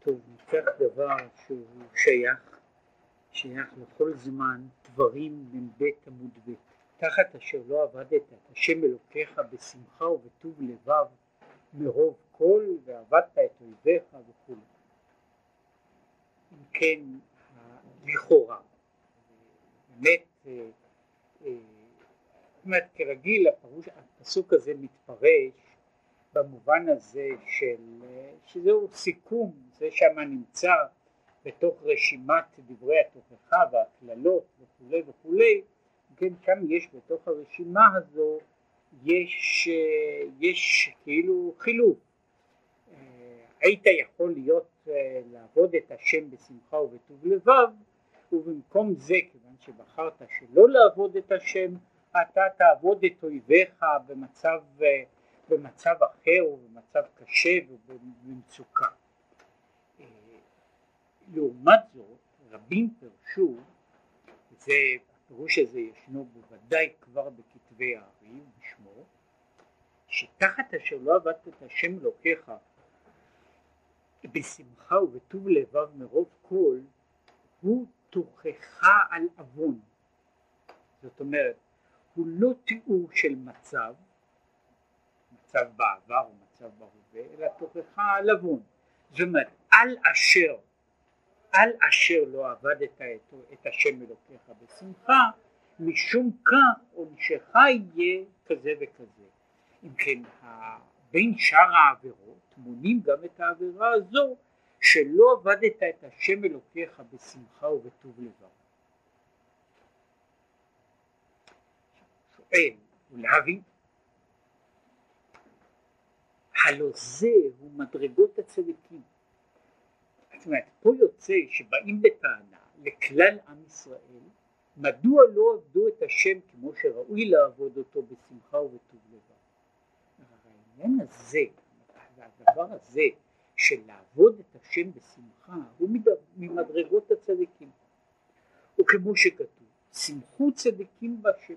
טוב, ניקח דבר שהוא שייך לכל זמן, דברים מ"ב עמוד ב'. תחת אשר לא עבדת את השם אלוקיך בשמחה ובטוב לבב מרוב כל, ועבדת את אויביך וכו'. אם כן, לכאורה, באמת, כרגיל הפסוק הזה מתפרש במובן הזה שזהו סיכום, זה שמה נמצא בתוך רשימת דברי התוכחה והכללות וכו' וכו'. כן, שם יש בתוך הרשימה הזו יש כאילו חילוף. היית יכול להיות לעבוד את השם בשמחה ובטוב לבב, ובמקום זה, כיוון שבחרת שלא לעבוד את השם, אתה תעבוד את אויביך במצב אחר ובמצב קשה ובמצוקה. לעומת זאת, רבים פרשו, וזה הפירוש הזה ישנו בוודאי כבר בכתבי הארי ובשמו, שתחת אשר לא עבדת את השם אלוקיך בשמחה ובטוב לבב מרוב כל, הוא תוכחה על עוון. זאת אומרת, הוא לא תיאור של מצב בעבר או מצב בהווה, אלא תוכחה על עוון. זאת אומרת, על אשר לא עבדת את השם אלוקיך בשמחה, משום כך עונשך יהיה כזה וכזה. אם כן, בין שאר העבירות מונים גם את העבירה הזו שלא עבדת את השם אלוקיך בשמחה ובטוב לבב. שואל ולהבין, הלא זה הוא מדרגות הצדיקים. זאת אומרת, פה יוצא שבאים בטענה לכלל עם ישראל, מדוע לא עבדו את השם כמו שראוי לעבוד אותו בשמחה ובטוב לבב. העניין הזה, הדבר הזה של לעבוד את השם בשמחה, הוא ממדרגות הצדיקים. וכמו שכתוב, שמחו צדיקים בשם.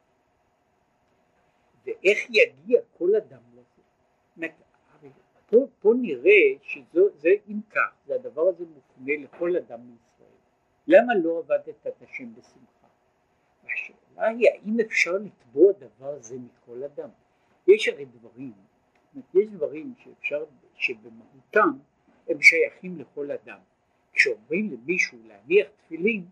ואיך יגיע כל אדם לזה? פה נראה שזה אם כך, זה הדבר הזה מופנה לכל אדם מישראל. למה לא עבדת את השם בשמחה? השאלה היא האם אפשר לתבוע דבר זה מכל אדם. יש הרי דברים שבמהותם הם שייכים לכל אדם. כשאומרים למישהו להניח תפילין,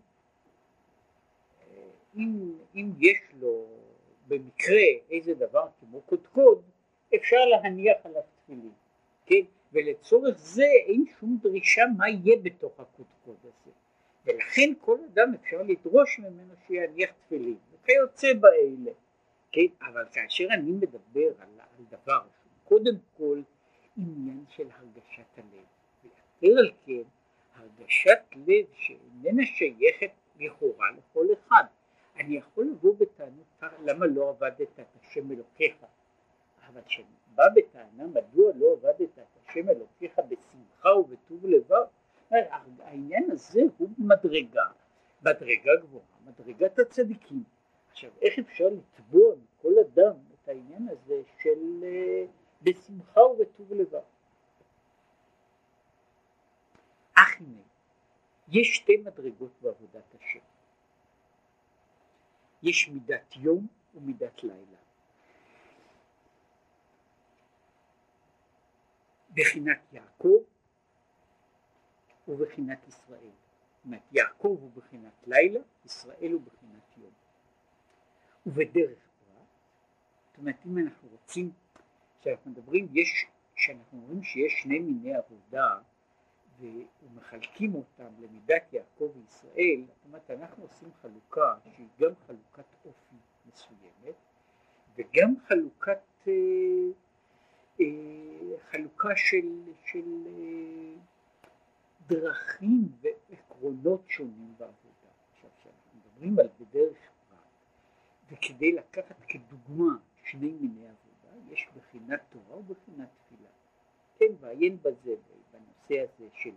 אם יש לו במקרה איזה דבר כמו קודקוד, אפשר להניח עליו תפילין. כן? ולצורך זה אין שום דרישה מה יהיה בתוך הקודקוד הזה, ולכן כל אדם אפשר לדרוש ממנו שיניח תפילין וכיוצא באלה. כן? אבל כאשר אני מדבר על דבר קודם כל עניין של הרגשת הלב, ויותר על כן הרגשת לב שאיננה שייכת לכאורה לכל אחד. אני יכול לבוא בטענות למה לא עבדת את השם אלוקיך, אבל שבא בטענה מדוע לא עבדת את השם אלוקיך בשמחה ובטוב לבב, העניין הזה הוא מדרגה גבוהה, מדרגת הצדיקים. עכשיו, איך אפשר לתבוע מכל אדם את העניין הזה של בשמחה ובטוב לבב? אך הנה, יש שתי מדרגות בעבודת השם. יש מידת יום ומידת לילה. בחינת יעקב ובחינת ישראל. זאת אומרת, יעקב הוא בחינת לילה, ישראל הוא בחינת יום. ובדרך פרט, זאת אומרת, אם אנחנו רוצים, שאנחנו אומרים שיש שני מיני עבודה, ומחלקים אותם למידת יעקב וישראל, זאת אומרת, אנחנו עושים חלוקה שהיא גם חלוקת אופי מסוימת, וגם חלוקה של דרכים ועקרונות שונים בעבודה. עכשיו, שאנחנו מדברים על בדרך פרט, וכדי לקחת כדוגמה שני מיני עבודה, יש בחינת תורה ובחינת תפילה. כן, ועיין בזה, בנושא הזה של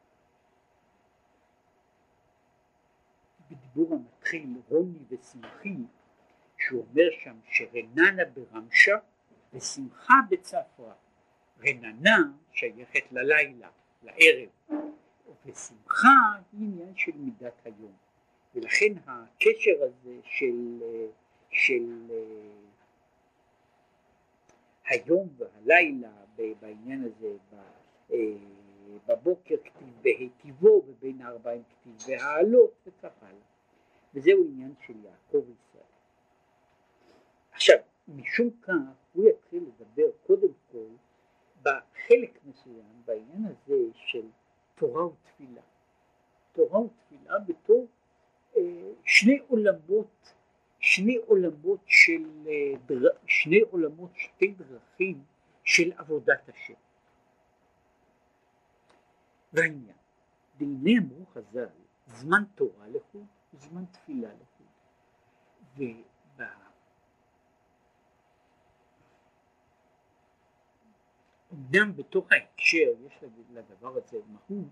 בדיבור המתחיל רוני ושמחי, שהוא אומר שם שרננה ברמשה ושמחה בצפרה. רננה שייכת ללילה, לערב, ושמחה היא עניין של מידת היום, ולכן הקשר הזה של היום והלילה בעניין הזה, בבוקר כתיב בהיטיבו ובין הערביים כתיב והעלות וכך הלאה, וזהו עניין של יעקב ישראל. עכשיו משום כך הוא יתחיל לדבר קודם כל בחלק מסוים בעניין הזה של תורה ותפילה. תורה ותפילה בתור שני עולמות, שתי דרכים של עבודת השם. והעניין, והנה אמרו חז"ל, זמן תורה לחוד וזמן תפילה לחוד. אמנם בתוך ההקשר יש לדבר הזה מהות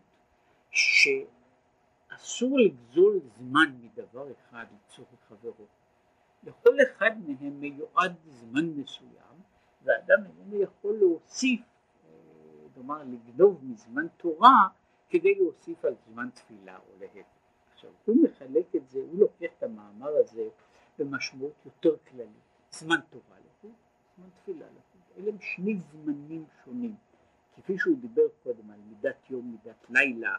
שאסור לגזול זמן מדבר אחד לצורך חברו. לכל אחד מהם מיועד זמן מסוים, ואדם איננו יכול להוסיף, כלומר לגנוב מזמן תורה כדי להוסיף על זמן תפילה או להפך. עכשיו הוא מחלק את זה, הוא לוקח את המאמר הזה במשמעות יותר כללית, זמן תורה לחוד, זמן תפילה לחוד. אלה הם שני זמנים שונים, כפי שהוא דיבר קודם על מידת יום, מידת לילה,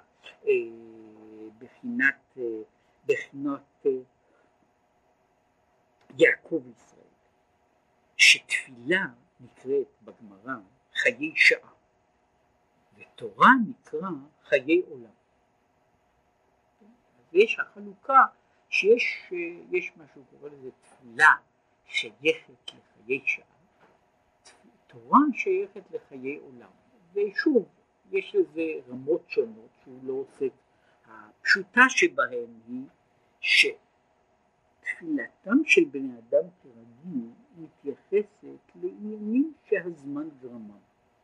בחינת יעקב ישראל, שתפילה נקראת בגמרא חיי שעה, ותורה נקרא חיי עולם. ויש החלוקה שיש מה שהוא קורא לזה תפילה שייכת לחיי שעה, תורה שייכת לחיי עולם. ושוב, יש לזה רמות שונות שהוא לא עושה. הפשוטה שבהם היא שתפילתם של בני אדם כרגיל מתייחסת לעניינים שהזמן גרמם.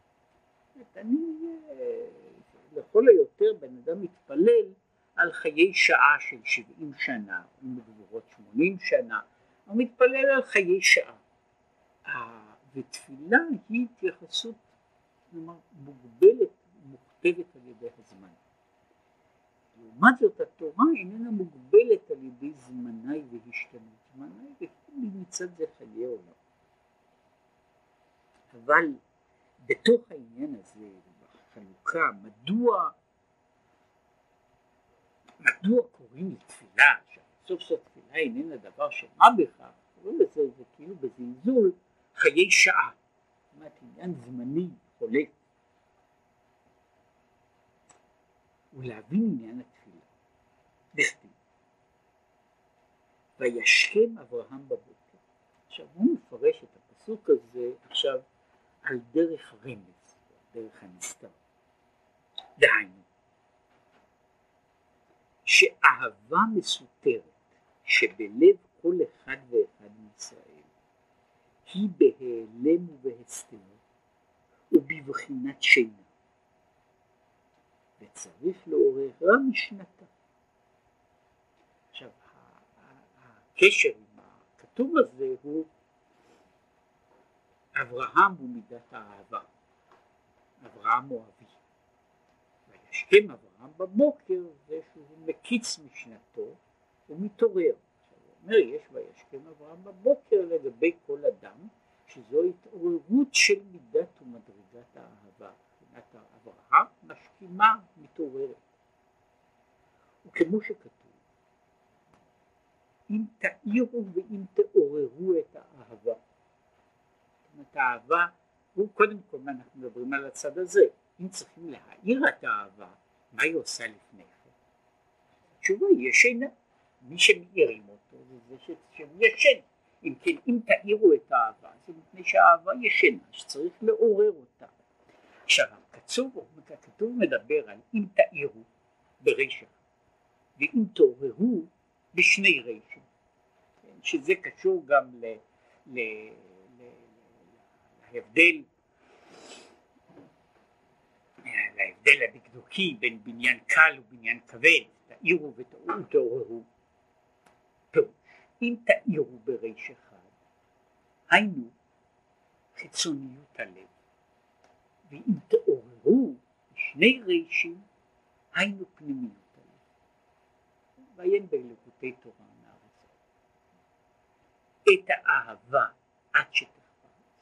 לכל היותר בן אדם מתפלל על חיי שעה של 70 שנה, ומגבורות 80 שנה, הוא מתפלל על חיי שעה. ותפילה היא התייחסות מוגבלת, מוכתבת על ידי הזמן. לעומת זאת התורה איננה מוגבלת על ידי זמני והשתנות. זמני ומצד זה חיי עולם. אבל בתוך העניין הזה, בחלוקה, מדוע קוראים לתפילה, סוף סוף תפילה איננה דבר שמה בכך, קוראים לזה זה כאילו בזלזול חיי שעה, זאת אומרת עניין זמני חולף. ולהבין עניין התפילה בכתיב וישכם אברהם בבוקר. עכשיו הוא מפרש את הפסוק הזה עכשיו על דרך רמז, דרך הנסתר. דהיינו שאהבה מסותרת שבלב כל אחד ואחד מישראל היא בהיעלם ובהסתר ובבחינת שינה, וצריך לעוררה משנתה. עכשיו הקשר עם הכתוב הזה הוא אברהם ומידת האהבה, אברהם הוא אבי. וישכם אברהם בבוקר זה שהוא מקיץ משנתו ומתעורר. הוא אומר יש וישכם אברהם בבוקר לגבי כל אדם, שזו התעוררות של מידת ומדרגת האהבה. מבחינת אברהם משכימה מתעוררת. וכמו שכתוב אם תאירו ואם תעוררו את האהבה. זאת אומרת האהבה הוא קודם כל מה אנחנו מדברים על הצד הזה. אם צריכים להאיר את האהבה, מה היא עושה לפני כן? התשובה היא ישנה. מי שמאירים אותו זה שישן. אם כן, אם תאירו את האהבה, זה מפני שהאהבה ישנה, שצריך לעורר אותה. עכשיו, הכתוב מדבר על אם תאירו בריש אחד, ואם תעוררו בשני רישים, שזה קשור גם להבדל הדקדוקי בין בניין קל ובניין כבד. תאירו ותעוררו. אם תאירו בריש אחד, היינו חיצוניות הלב, ואם תעוררו שני רישים, היינו פנימיות הלב. ועיין בליקוטי תורה מהארץ. את האהבה עד שתחפץ,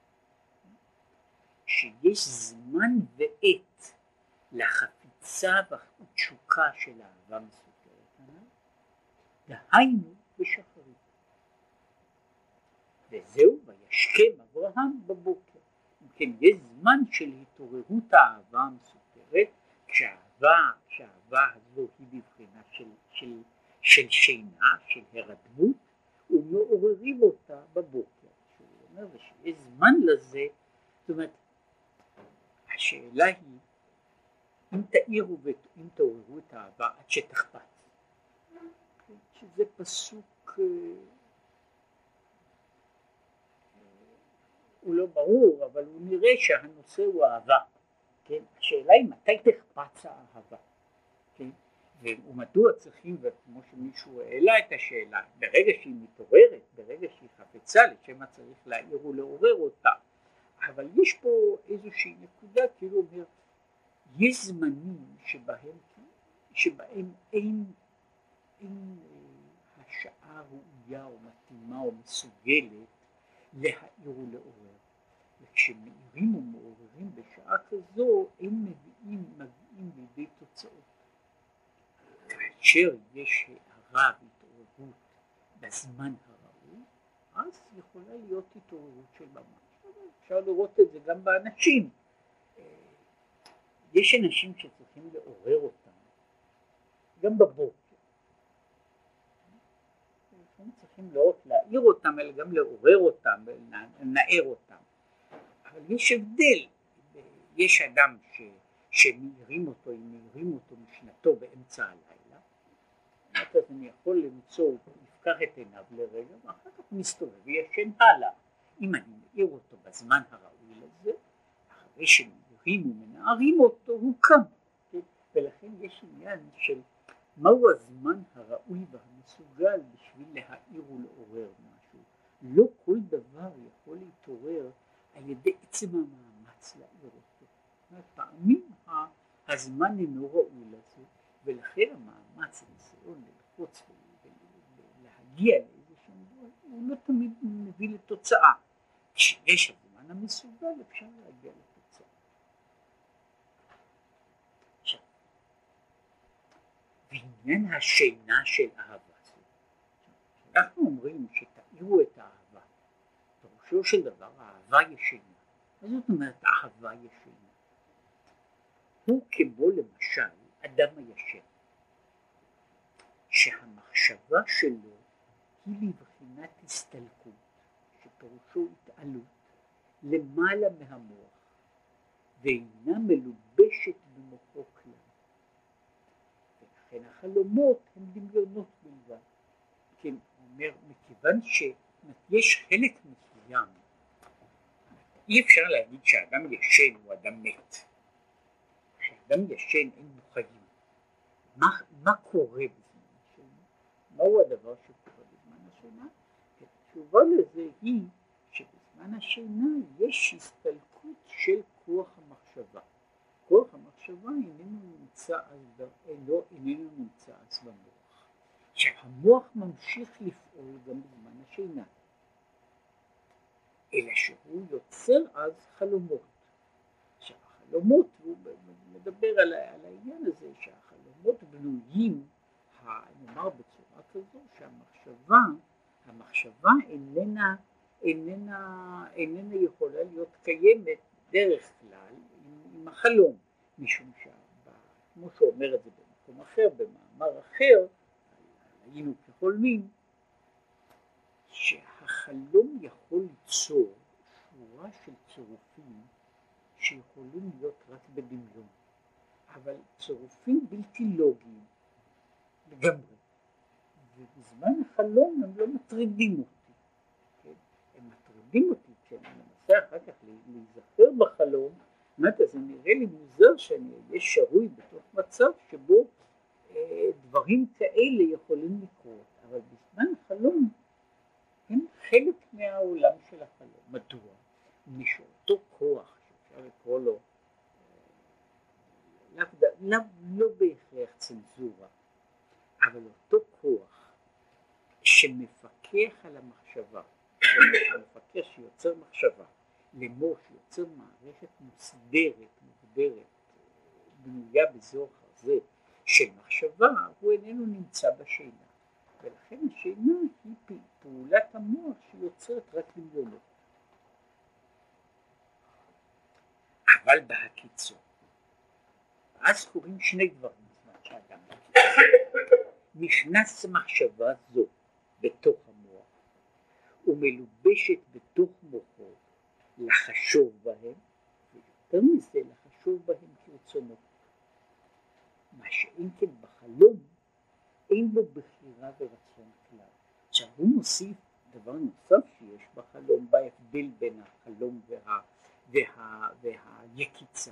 שיש זמן ועת לחפיצה ותשוקה של אהבה מסוכרת, דהיינו בשחרית. וזהו, וישכם אברהם בבוקר. אם כן, יש זמן של התעוררות האהבה המסוכרת, כשהאהבה הזו היא בבחינה של שינה, של הרדמות, ומעוררים אותה בבוקר. שהוא אומר, ושיש זמן לזה, זאת אומרת, השאלה היא, אם תאירו ואם תעוררו את האהבה עד שתחפץ, שזה פסוק הוא לא ברור, אבל הוא נראה שהנושא הוא אהבה, כן? השאלה היא מתי תחפץ האהבה, כן? ומדוע צריכים, וכמו שמישהו העלה את השאלה, ברגע שהיא מתעוררת, ברגע שהיא חפצה, לשם מה צריך להעיר ולעורר אותה, אבל יש פה איזושהי נקודה, כאילו אומר, יש זמנים שבהם אין השעה ראויה או מתאימה או מסוגלת להעיר ולעורר, וכשמאירים ומעוררים בשעה כזו הם מביאים לידי תוצאות. כאשר יש הערה והתעוררות בזמן הראוי, אז יכולה להיות התעוררות של ממש. אפשר לראות את זה גם באנשים. יש אנשים שצריכים לעורר אותם גם בבוקר. הם צריכים לא רק להעיר אותם, אלא גם לעורר אותם ולנער אותם. אבל יש הבדל. יש אדם שמאירים אותו, אם מאירים אותו משנתו באמצע הלילה, אז אני יכול למצוא, הוא יפקח את עיניו לרגע, ואחר כך הוא מסתובב וישן הלאה. אם אני מאיר אותו בזמן הראוי לזה, אחרי שמאירים ומנערים אותו, הוא קם. ולכן יש עניין של מהו הזמן הראוי והמסוגל בשביל להעיר ולעורר משהו. לא כל דבר יכול להתעורר על ידי עצם המאמץ להעיר אותו. פעמים הזמן אינו ראוי לזה, ולכן המאמץ, הניסיון ללחוץ ולהגיע לאיזשהו דבר, הוא לא תמיד מביא לתוצאה. כשיש הזמן המסוגל אפשר להגיע לתוצאה. עכשיו, בעניין השינה של אהבה, אנחנו אומרים שתאירו את האהבה, פירושו של דבר האהבה ישנה. מה זאת אומרת אהבה ישנה? הוא כמו למשל אדם הישר, שהמחשבה שלו היא לבחינת הסתלקות, שפירושו התעלות, למעלה מהמוח, ואינה מלובשת במוחו כלל. ולכן החלומות הם דמיונות בלבד. כן, הוא אומר, מכיוון שיש חלק מסוים, אי אפשר להגיד שהאדם ישן הוא אדם מת. כשאדם ישן אין בו חיים. מה קורה בזמן השינה? מהו הדבר שקורה בזמן השינה? התשובה לזה היא שבזמן השינה יש הסתלקות של כוח המחשבה. כוח המחשבה איננו נמצא אז במוח. עכשיו המוח ממשיך לפעול גם בזמן השינה, אלא שהוא יוצר אז חלומות. עכשיו החלומות, הוא מדבר על העניין הזה שהחלומות בנויים, נאמר בצורה כזו שהמחשבה איננה יכולה להיות קיימת דרך כלל עם החלום, משום כמו שאומר את זה במקום אחר, במאמר אחר, היינו כחולמים, שהחלום יכול ליצור שורה של צירופים שיכולים להיות רק בדמיון, אבל צירופים בלתי לוגיים לגמרי, ובזמן החלום הם לא מטרידים אותי, כן? הם מטרידים אותי כשאני מנסה אחר כך להיזכר בחלום. זה נראה לי מוזר שאני אהיה שרוי בתוך מצב שבו דברים כאלה יכולים לקרות, אבל בזמן החלום הם חלק מהעולם של החלום. מדוע? משאותו כוח שאפשר לקרוא לו בהכרח צנזורה, אבל אותו כוח שמפקח על המחשבה, שמפקח שיוצר מחשבה, לאמור שיוצר מערכת מוסדרת, מוגדרת, בנויה בזו אחר זה של מחשבה, הוא איננו נמצא בשינה. ולכן השינה היא פעולת המוח שיוצרת רק דמיונות. אבל בהקיצור, אז קוראים שני דברים בזמן שהאדם בקיצור. נכנס מחשבה זו בתוך המוח, ומלובשת בתוך מוחו לחשוב בהם, ויותר מזה לחשוב בהם כרצונו. מה שאין כן בחלום, אין בו בחירה ורצון כלל. עכשיו הוא מוסיף דבר נוסף שיש בחלום, בהבדל בין החלום והיקיצה,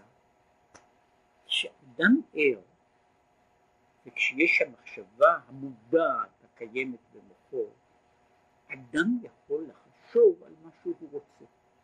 שאדם ער, וכשיש המחשבה המודעת הקיימת במוחו, אדם יכול לחשוב על מה שהוא רוצה.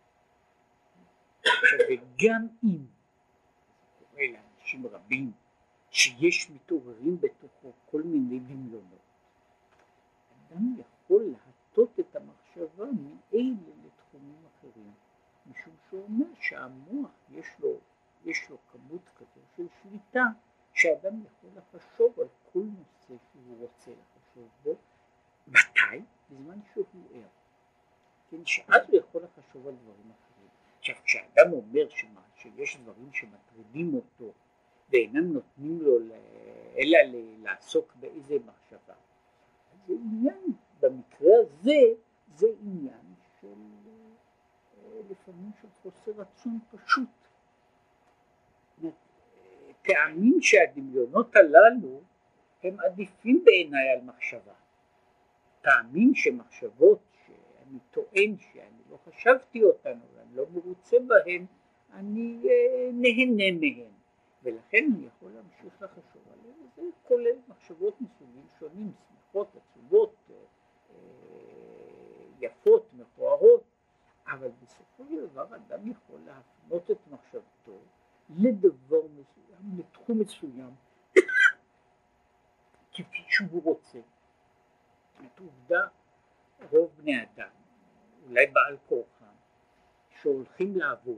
וגם אם קורה לאנשים רבים שיש מתעוררים בתוכו כל מיני דמיונות, אדם יכול להטות את המחשבה מאלה לתחומים אחרים, משום שהוא אומר שהמוח יש לו כמות כזו של שליטה, שאדם יכול לחשוב על כל נושא שהוא רוצה לחשוב בו. מתי? בזמן שהוא ער. כן, שאז הוא יכול לחשוב על דברים אחרים. עכשיו, כשאדם אומר שיש דברים שמטרידים אותו, ואינם נותנים לו אלא לעסוק באיזה מחשבה, אז זה עניין, במקרה הזה, זה עניין של לפעמים של חוסר רצון פשוט. טעמים שהדמיונות הללו הם עדיפים בעיניי על מחשבה. טעמים שמחשבות שאני טוען שאני לא חשבתי אותן, ואני לא מרוצה בהן, אני נהנה מהן, ולכן אני יכול להמשיך לחשוב עליהן. זה כולל מחשבות מסוגים שונים, שמחות, עצובות, יפות, מכוערות, אבל בסופו של דבר אדם יכול להפנות את מחשבתו לדבר מסוים, לתחום מסוים, כפי שהוא רוצה. את עובדה, רוב בני אדם, אולי בעל כורחם, שהולכים לעבוד,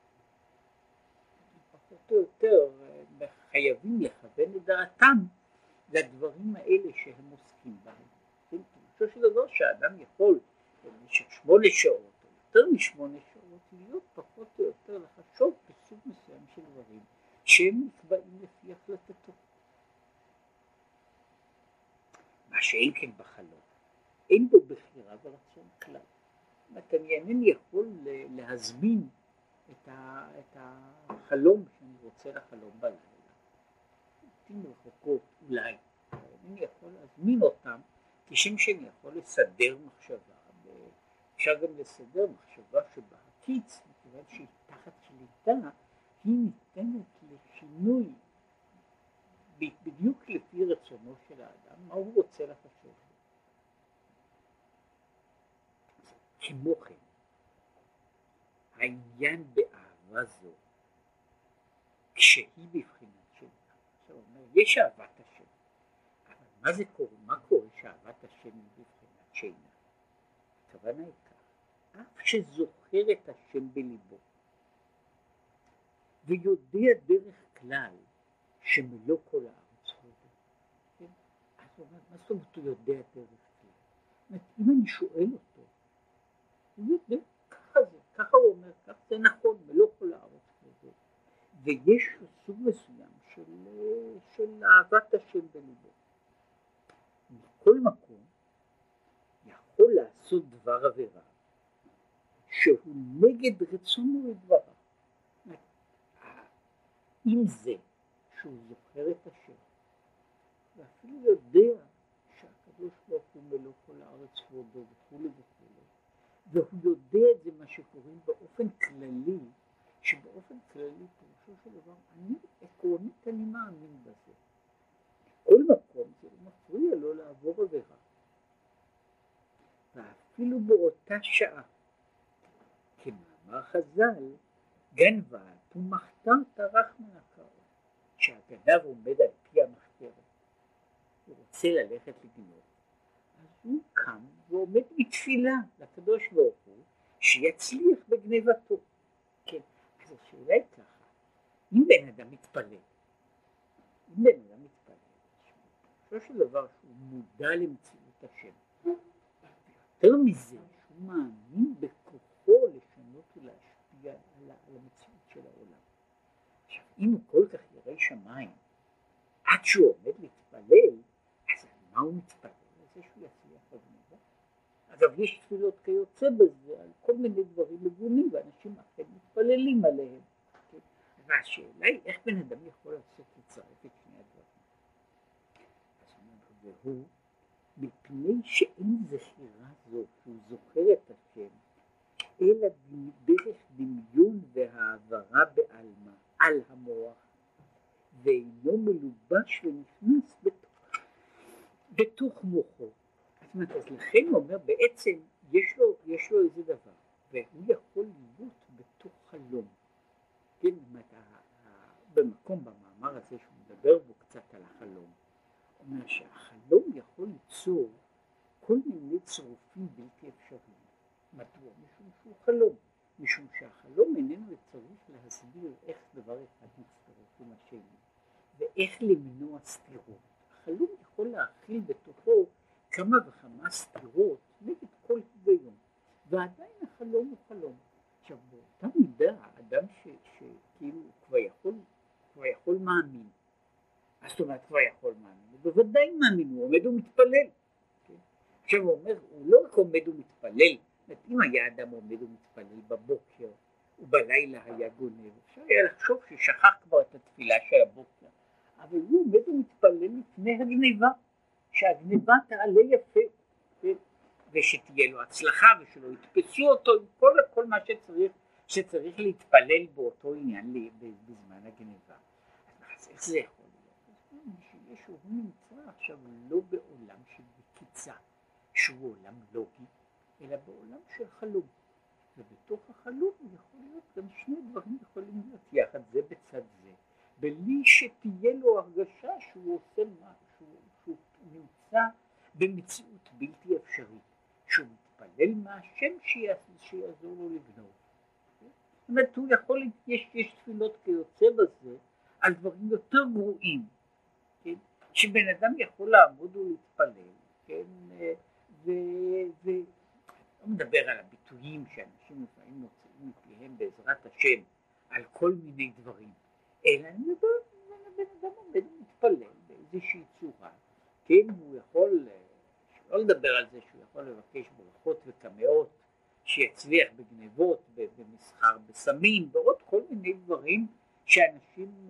פחות או יותר חייבים לכוון את דעתם לדברים האלה שהם עוסקים בהם. אני חושב שדבר שהאדם יכול במשך 8 שעות, או יותר מ8 שעות, להיות פחות או יותר לחשוב בסוג מסוים של דברים שהם נקבעים לפי החלטתו. מה שאין כן בחלום, אין בו בחירה ורצון כלל. אני אינני יכול להזמין את החלום שאני רוצה לחלום בלילה. לעתים רחוקות אולי, אני יכול להזמין אותם, כשם שאני יכול לסדר מחשבה. אפשר גם לסדר מחשבה שבהקיץ, מכיוון שהיא תחת שליטה, היא ניתנת לשינוי בדיוק לפי רצונו של האדם, מה הוא רוצה לחשוב. כמו כן, העניין באהבה זו, כשהיא בבחינת שינה, עכשיו אומר, יש אהבת השם, אבל מה זה קורה? מה קורה שאהבת השם היא בבחינת שינה? הכוונה היא כך, אף שזוכר את השם בליבו, ויודע דרך כלל שמלוא כל הארץ חודו. כן? אז הוא אומר, מה זאת אומרת הוא יודע דרך כלל? אם אני שואל אותו, הוא יודע, ככה זה, ככה הוא אומר, כך זה נכון, מלוא כל הארץ חודו. ויש סוג מסוים של אהבת השם בליבו. מכל מקום, יכול לעשות דבר עבירה, שהוא נגד רצונו לדברה. עם זה שהוא זוכר את השם, ואפילו יודע שהקדוש ברוך הוא מלוא כל הארץ כבודו וכו' וכו', והוא יודע את זה מה שקוראים באופן כללי, שבאופן כללי פירושו של דבר, אני עקרונית אני מאמין בזה. כל מקום זה מפריע לו לעבור עבירה. ואפילו באותה שעה, כמאמר חז"ל, גנבה ומחתרת רך מן הקרוב, כשהגנב עומד על פי המחתרת, הוא רוצה ללכת לגנוב, אז הוא קם ועומד בתפילה לקדוש ברוך הוא שיצליח בגנבתו. כן, אז השאלה היא ככה, אם בן אדם מתפלל, בסופו של דבר שהוא מודע למציאות השם, יותר מזה שהוא מאמין בכוחו לשנות ולהשפיע על המציאות של העולם. עכשיו אם הוא כל כך ירא שמיים עד שהוא עומד להתפלל, אז על מה הוא מתפלל? על זה שהוא יצליח בגנבה? אגב יש תפילות כיוצא בזה על כל מיני דברים מגונים ואנשים אחרים מתפללים עליהם, כן? והשאלה היא איך בן אדם יכול לעשות לצרף את שני הדברים. והוא מפני שאין זכירה זו שהוא זוכר את השם אלא דרך דמיון והעברה בעלמא על המוח ואינו מלובש ונכנס בתוך מוחו. אז לכן הוא אומר בעצם יש לו איזה דבר והוא יכול להיות בתוך חלום. כן, במקום במאמר הזה שהוא מדבר בו קצת על החלום, אומר שהחלום יכול ליצור כל מיני צירופים בלתי אפשריים. מדוע? משום שהוא חלום. משום שהחלום איננו צריך להסביר איך דבר אחד מצטרף עם השני ואיך למנוע סתירות. החלום יכול להכיל בתוכו כמה וכמה סתירות נגד כל היגיון, ועדיין החלום הוא חלום. עכשיו באותה מידה האדם שכאילו כבר יכול מאמין, זאת אומרת כבר יכול מאמין, הוא בוודאי מאמין, הוא עומד ומתפלל. עכשיו הוא אומר, הוא לא רק עומד ומתפלל, אם היה אדם עומד ומתפלל בבוקר ובלילה היה גונב, אפשר היה לחשוב ששכח כבר את התפילה של הבוקר, אבל הוא עומד ומתפלל לפני הגניבה, שהגניבה תעלה יפה, ושתהיה לו הצלחה ושלא יתפסו אותו, כל מה שצריך להתפלל באותו עניין בזמן הגניבה. אז איך זה יכול להיות? שהוא נמצא עכשיו לא בעולם של בקיצה, שהוא עולם לוגי, אלא בעולם של חלום. ובתוך החלום יכול להיות גם שני דברים יכולים להיות יחד זה בצד זה, בלי שתהיה לו הרגשה שהוא עושה משהו, שהוא נמצא במציאות בלתי אפשרית, שהוא מתפלל מהשם שיעזור לו לגנוב. זאת אומרת, הוא יכול, יש תפילות כיוצא בזה על דברים יותר גרועים, כן? שבן אדם יכול לעמוד ולהתפלל, כן? לא מדבר על הביטויים שאנשים לפעמים מוצאים מפיהם בעזרת השם על כל מיני דברים, אלא אני מדבר בן אדם עומד ומתפלל באיזושהי צורה, כן? הוא יכול, לא לדבר על זה שהוא יכול לבקש ברכות וקמאות שיצליח בגנבות, במסחר בסמים, ועוד כל מיני דברים שאנשים,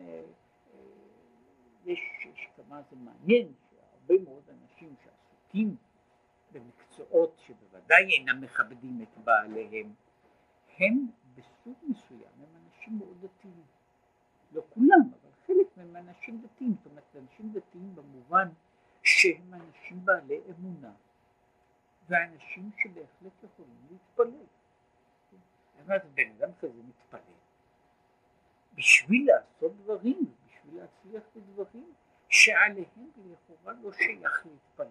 יש כמה זה מעניין שהרבה מאוד אנשים שעסוקים במקצועות שבוודאי אינם מכבדים את בעליהם, הם בסוג מסוים הם אנשים מאוד דתיים, לא כולם אבל חלק מהם אנשים דתיים, זאת אומרת אנשים דתיים במובן שהם אנשים בעלי אמונה ואנשים שבהחלט יכולים להתפלל. זאת אומרת בן אדם כזה מתפלל בשביל לעשות דברים, בשביל להצליח בדברים שעליהם לכאורה לא שייך להתפלל.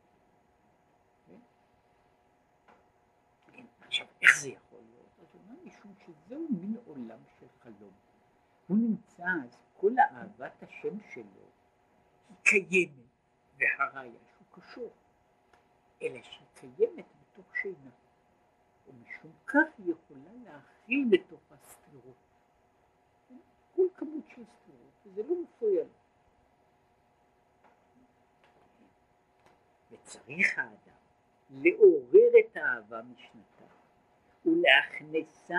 עכשיו, איך זה יכול להיות? אז הוא אומר משום שזהו מין עולם של חלום. הוא נמצא, אז כל אהבת השם שלו היא קיימת, והראיה שהוא קשור, אלא שהיא קיימת בתוך שינה. ומשום כך היא יכולה להכיל בתוך הסתירות. כל כמות של סתירות, וזה לא מפריע לו. וצריך האדם לעורר את האהבה משנתה ולהכנסה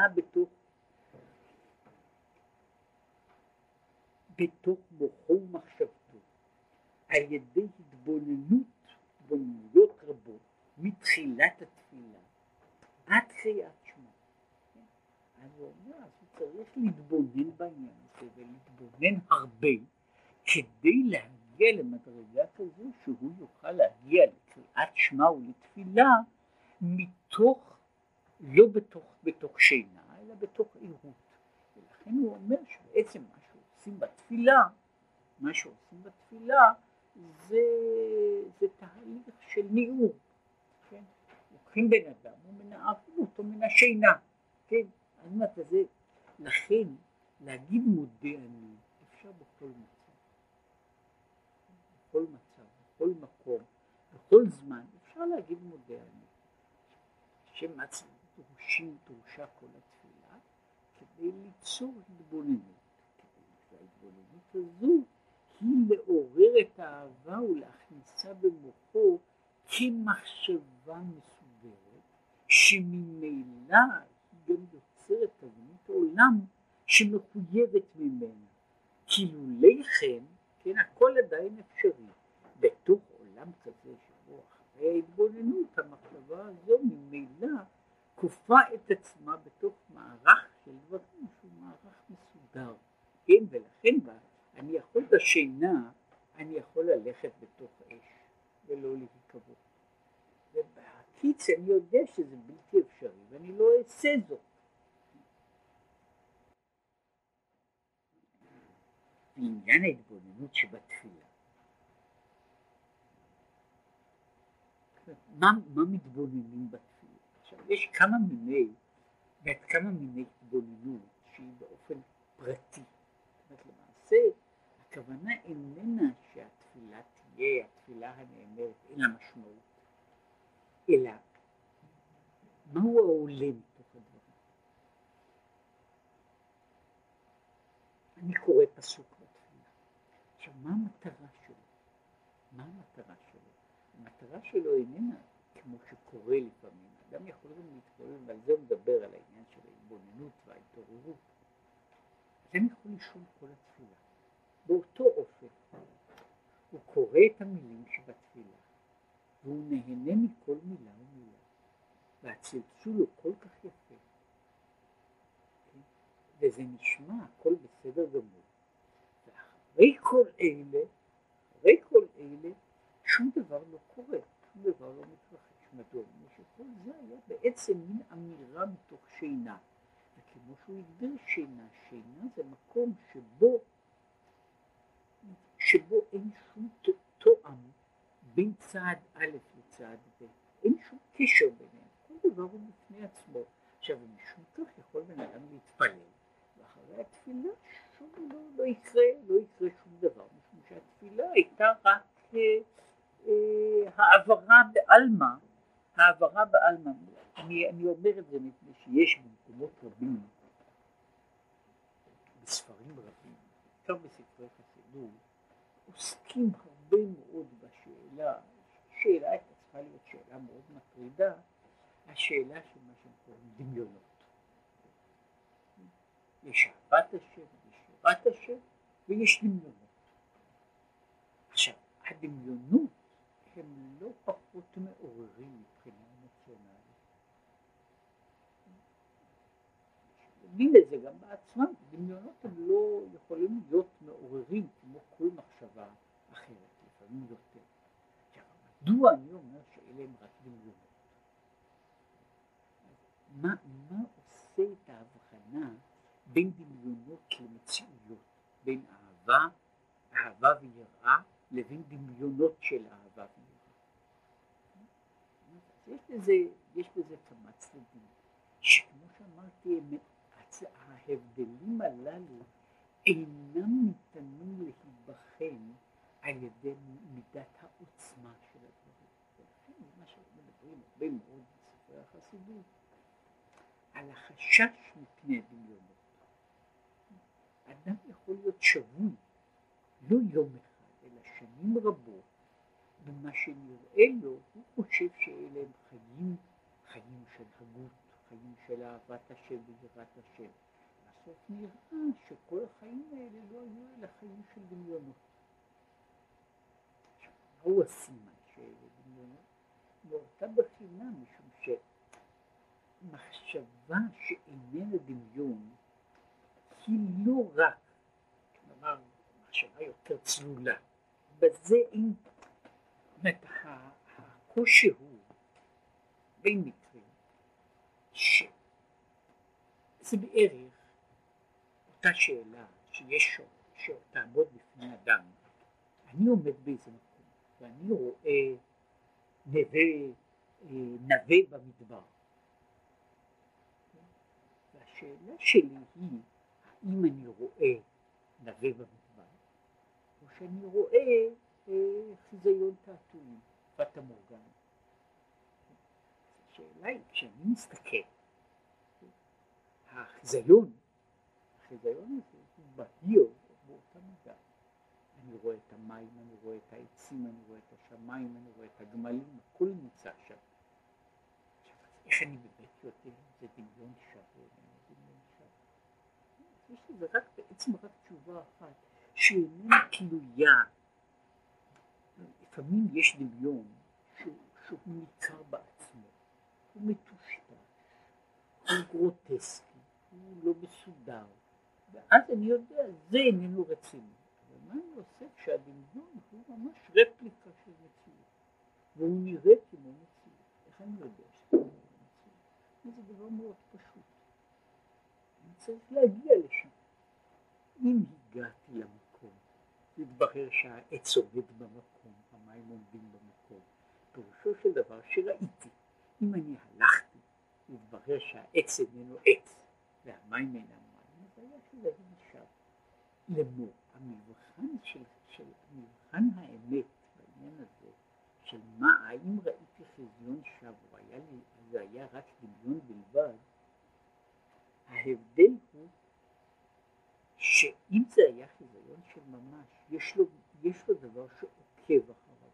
בתוך מוחו ומחשבתו על ידי התבוננויות רבות מתחילת התפילה עד קריאת שמע. אז הוא אומר, אז הוא צריך להתבונן בעניין הזה ולהתבונן הרבה כדי להגיע למדרגה כזו שהוא יוכל להגיע לקריאת שמע ולתפילה מתוך, לא בתוך שינה אלא בתוך עירות. ולכן הוא אומר שבעצם מה שעושים בתפילה מה שעושים בתפילה זה תהליך של ניעור, כן? לוקחים בן אדם ומנערים אותו מן השינה, כן? לכן להגיד מודה אני אפשר בכל מצב, בכל מצב, בכל מקום, בכל זמן אפשר להגיד מודה אני. שמצב דרושה כל התפילה כדי ליצור התבוננות, וההתבוננות הזו היא לעורר את האהבה ולהכניסה במוחו כמחשבה מסודרת, שממילא היא גם יוצרת תבנית העולם שמחויבת ממנה. כילולי כן, הכל עדיין אפשרי בתוך עולם כזה שבו אחרי ההתבוננות המחשבה הזו ממילא כופה את עצמה בתוך מערך של דברים שהוא מערך מסודר, כן, ולכן אני יכול בשינה, אני יכול ללכת בתוך אש ולא להיקבור, ובקיץ אני יודע שזה בלתי אפשרי ואני לא אעשה זאת. בעניין ההתבוננות שבתפילה, מה מתבוננים בתפילה? עכשיו יש כמה מיני התבוננות שהיא באופן פרטי. למעשה הכוונה איננה שהתפילה תהיה התפילה הנאמרת אין לה משמעות, אלא מהו העולם תוך הדברים. אני קורא פסוק בתפילה, עכשיו מה המטרה שלו? המטרה שלו איננה כמו שקורה לפעמים, אדם יכול גם להתפלל, ועל זה הוא מדבר על העניין של ההתבוננות וההתעוררות. אדם יכול לשאול כל התפילה באותו אופן, הוא קורא את המילים שבתפילה והוא נהנה מכל מילה ומילה, והצלצול הוא כל כך יפה, וזה נשמע הכל בסדר גמור, ואחרי כל אלה שום דבר לא קורה, שום דבר לא מתרחש. מדוע? שכל זה היה בעצם מין אמירה מתוך שינה, וכמו שהוא הגדיר שינה זה מקום שבו אין שום תואם בין צעד א' לצעד ב', אין שום קשר ביניהם, כל דבר הוא בפני עצמו. עכשיו משום כך יכול בן אדם להתפלל, ואחרי התפילה שום לא יקרה שום דבר, משום שהתפילה הייתה רק העברה בעלמא. אני אומר את זה מפני שיש במקומות רבים, בספרים רבים, גם בספרי חסידות, עוסקים הרבה מאוד שאלה הייתה צריכה להיות שאלה מאוד מטרידה, השאלה של מה שהם קוראים דמיונות. יש אהבת השם, יש יראת השם, ויש דמיונות. עכשיו, הדמיונות הם לא פחות מעוררים מבחינה אמוציונלית. יודעים את זה גם בעצמם, דמיונות הם לא יכולים להיות מעוררים כמו כל מחשבה אחרת, לפעמים יותר. עכשיו, מדוע אני אומר שאלה הם רק דמיונות? מה עושה את ההבחנה בין דמיונות למציאויות, בין אהבה ויראה, לבין דמיונות של אהבה ויראה? יש בזה כמה צדדים, שכמו שאמרתי, ההבדלים הללו אינם ניתנים להיבחן על ידי מידת העוצמה של הדברים. ולכן זה מה שאנחנו מדברים הרבה מאוד בספרי החסידות, על החשש מפני דמיונות. אדם יכול להיות שבוי, לא יום אחד, אלא שנים רבות, במה שנראה לו, הוא חושב שאלה הם חיים של הגות, חיים של אהבת השם ויראת השם. בסוף נראה שכל החיים האלה לא היו אלא חיים של דמיונות. עכשיו, מהו הסימן שאלה דמיונות? מאותה בחינה, משום שמחשבה שאיננה דמיון היא לא רק, כלומר, מחשבה יותר צלולה. בזה אין, הקושי הוא בין מקרים שזה בערך אותה שאלה שיש שתעמוד בפני אדם, אני עומד באיזה מקום ואני רואה נווה במדבר, והשאלה שלי היא האם אני רואה נווה במדבר או שאני רואה חיזיון תעתועים, פטה מורגנה. השאלה היא, כשאני מסתכל, החיזיון הזה הוא בהיר באותה מידה. אני רואה את המים, אני רואה את העצים, אני רואה את השמיים, אני רואה את הגמלים, הכל נמצא שם. איך אני באמת יודע אם זה דמיון שווה או דמיון שווה? יש לזה בעצם רק תשובה אחת שאיננה תלויה. לפעמים יש דמיון שהוא ניכר בעצמו, הוא מטושטש, הוא גרוטסקי, הוא לא מסודר, ואז אני יודע, זה איננו רציני. אבל מה אני עושה כשהדמיון הוא ממש רפליקה של מציאות, והוא נראה כמו מציאות? איך אני יודע שזה נראה מציאות? זה דבר מאוד פשוט. אני צריך להגיע לשם. אם הגעתי למקום, להתברר שהעץ עומד במקום, המים עומדים במקום, פירושו של דבר שראיתי. אם אני הלכתי, להתברר שהעץ איננו עץ, והמים אינם מים, אז היה שזה נשאר. לאמור, מבחן האמת בעניין הזה, של מה, האם ראיתי חזיון שווא, או זה היה רק דמיון בלבד, ההבדל הוא שאם זה היה חזיון של ממש, יש לו דבר שעוקב אחריו.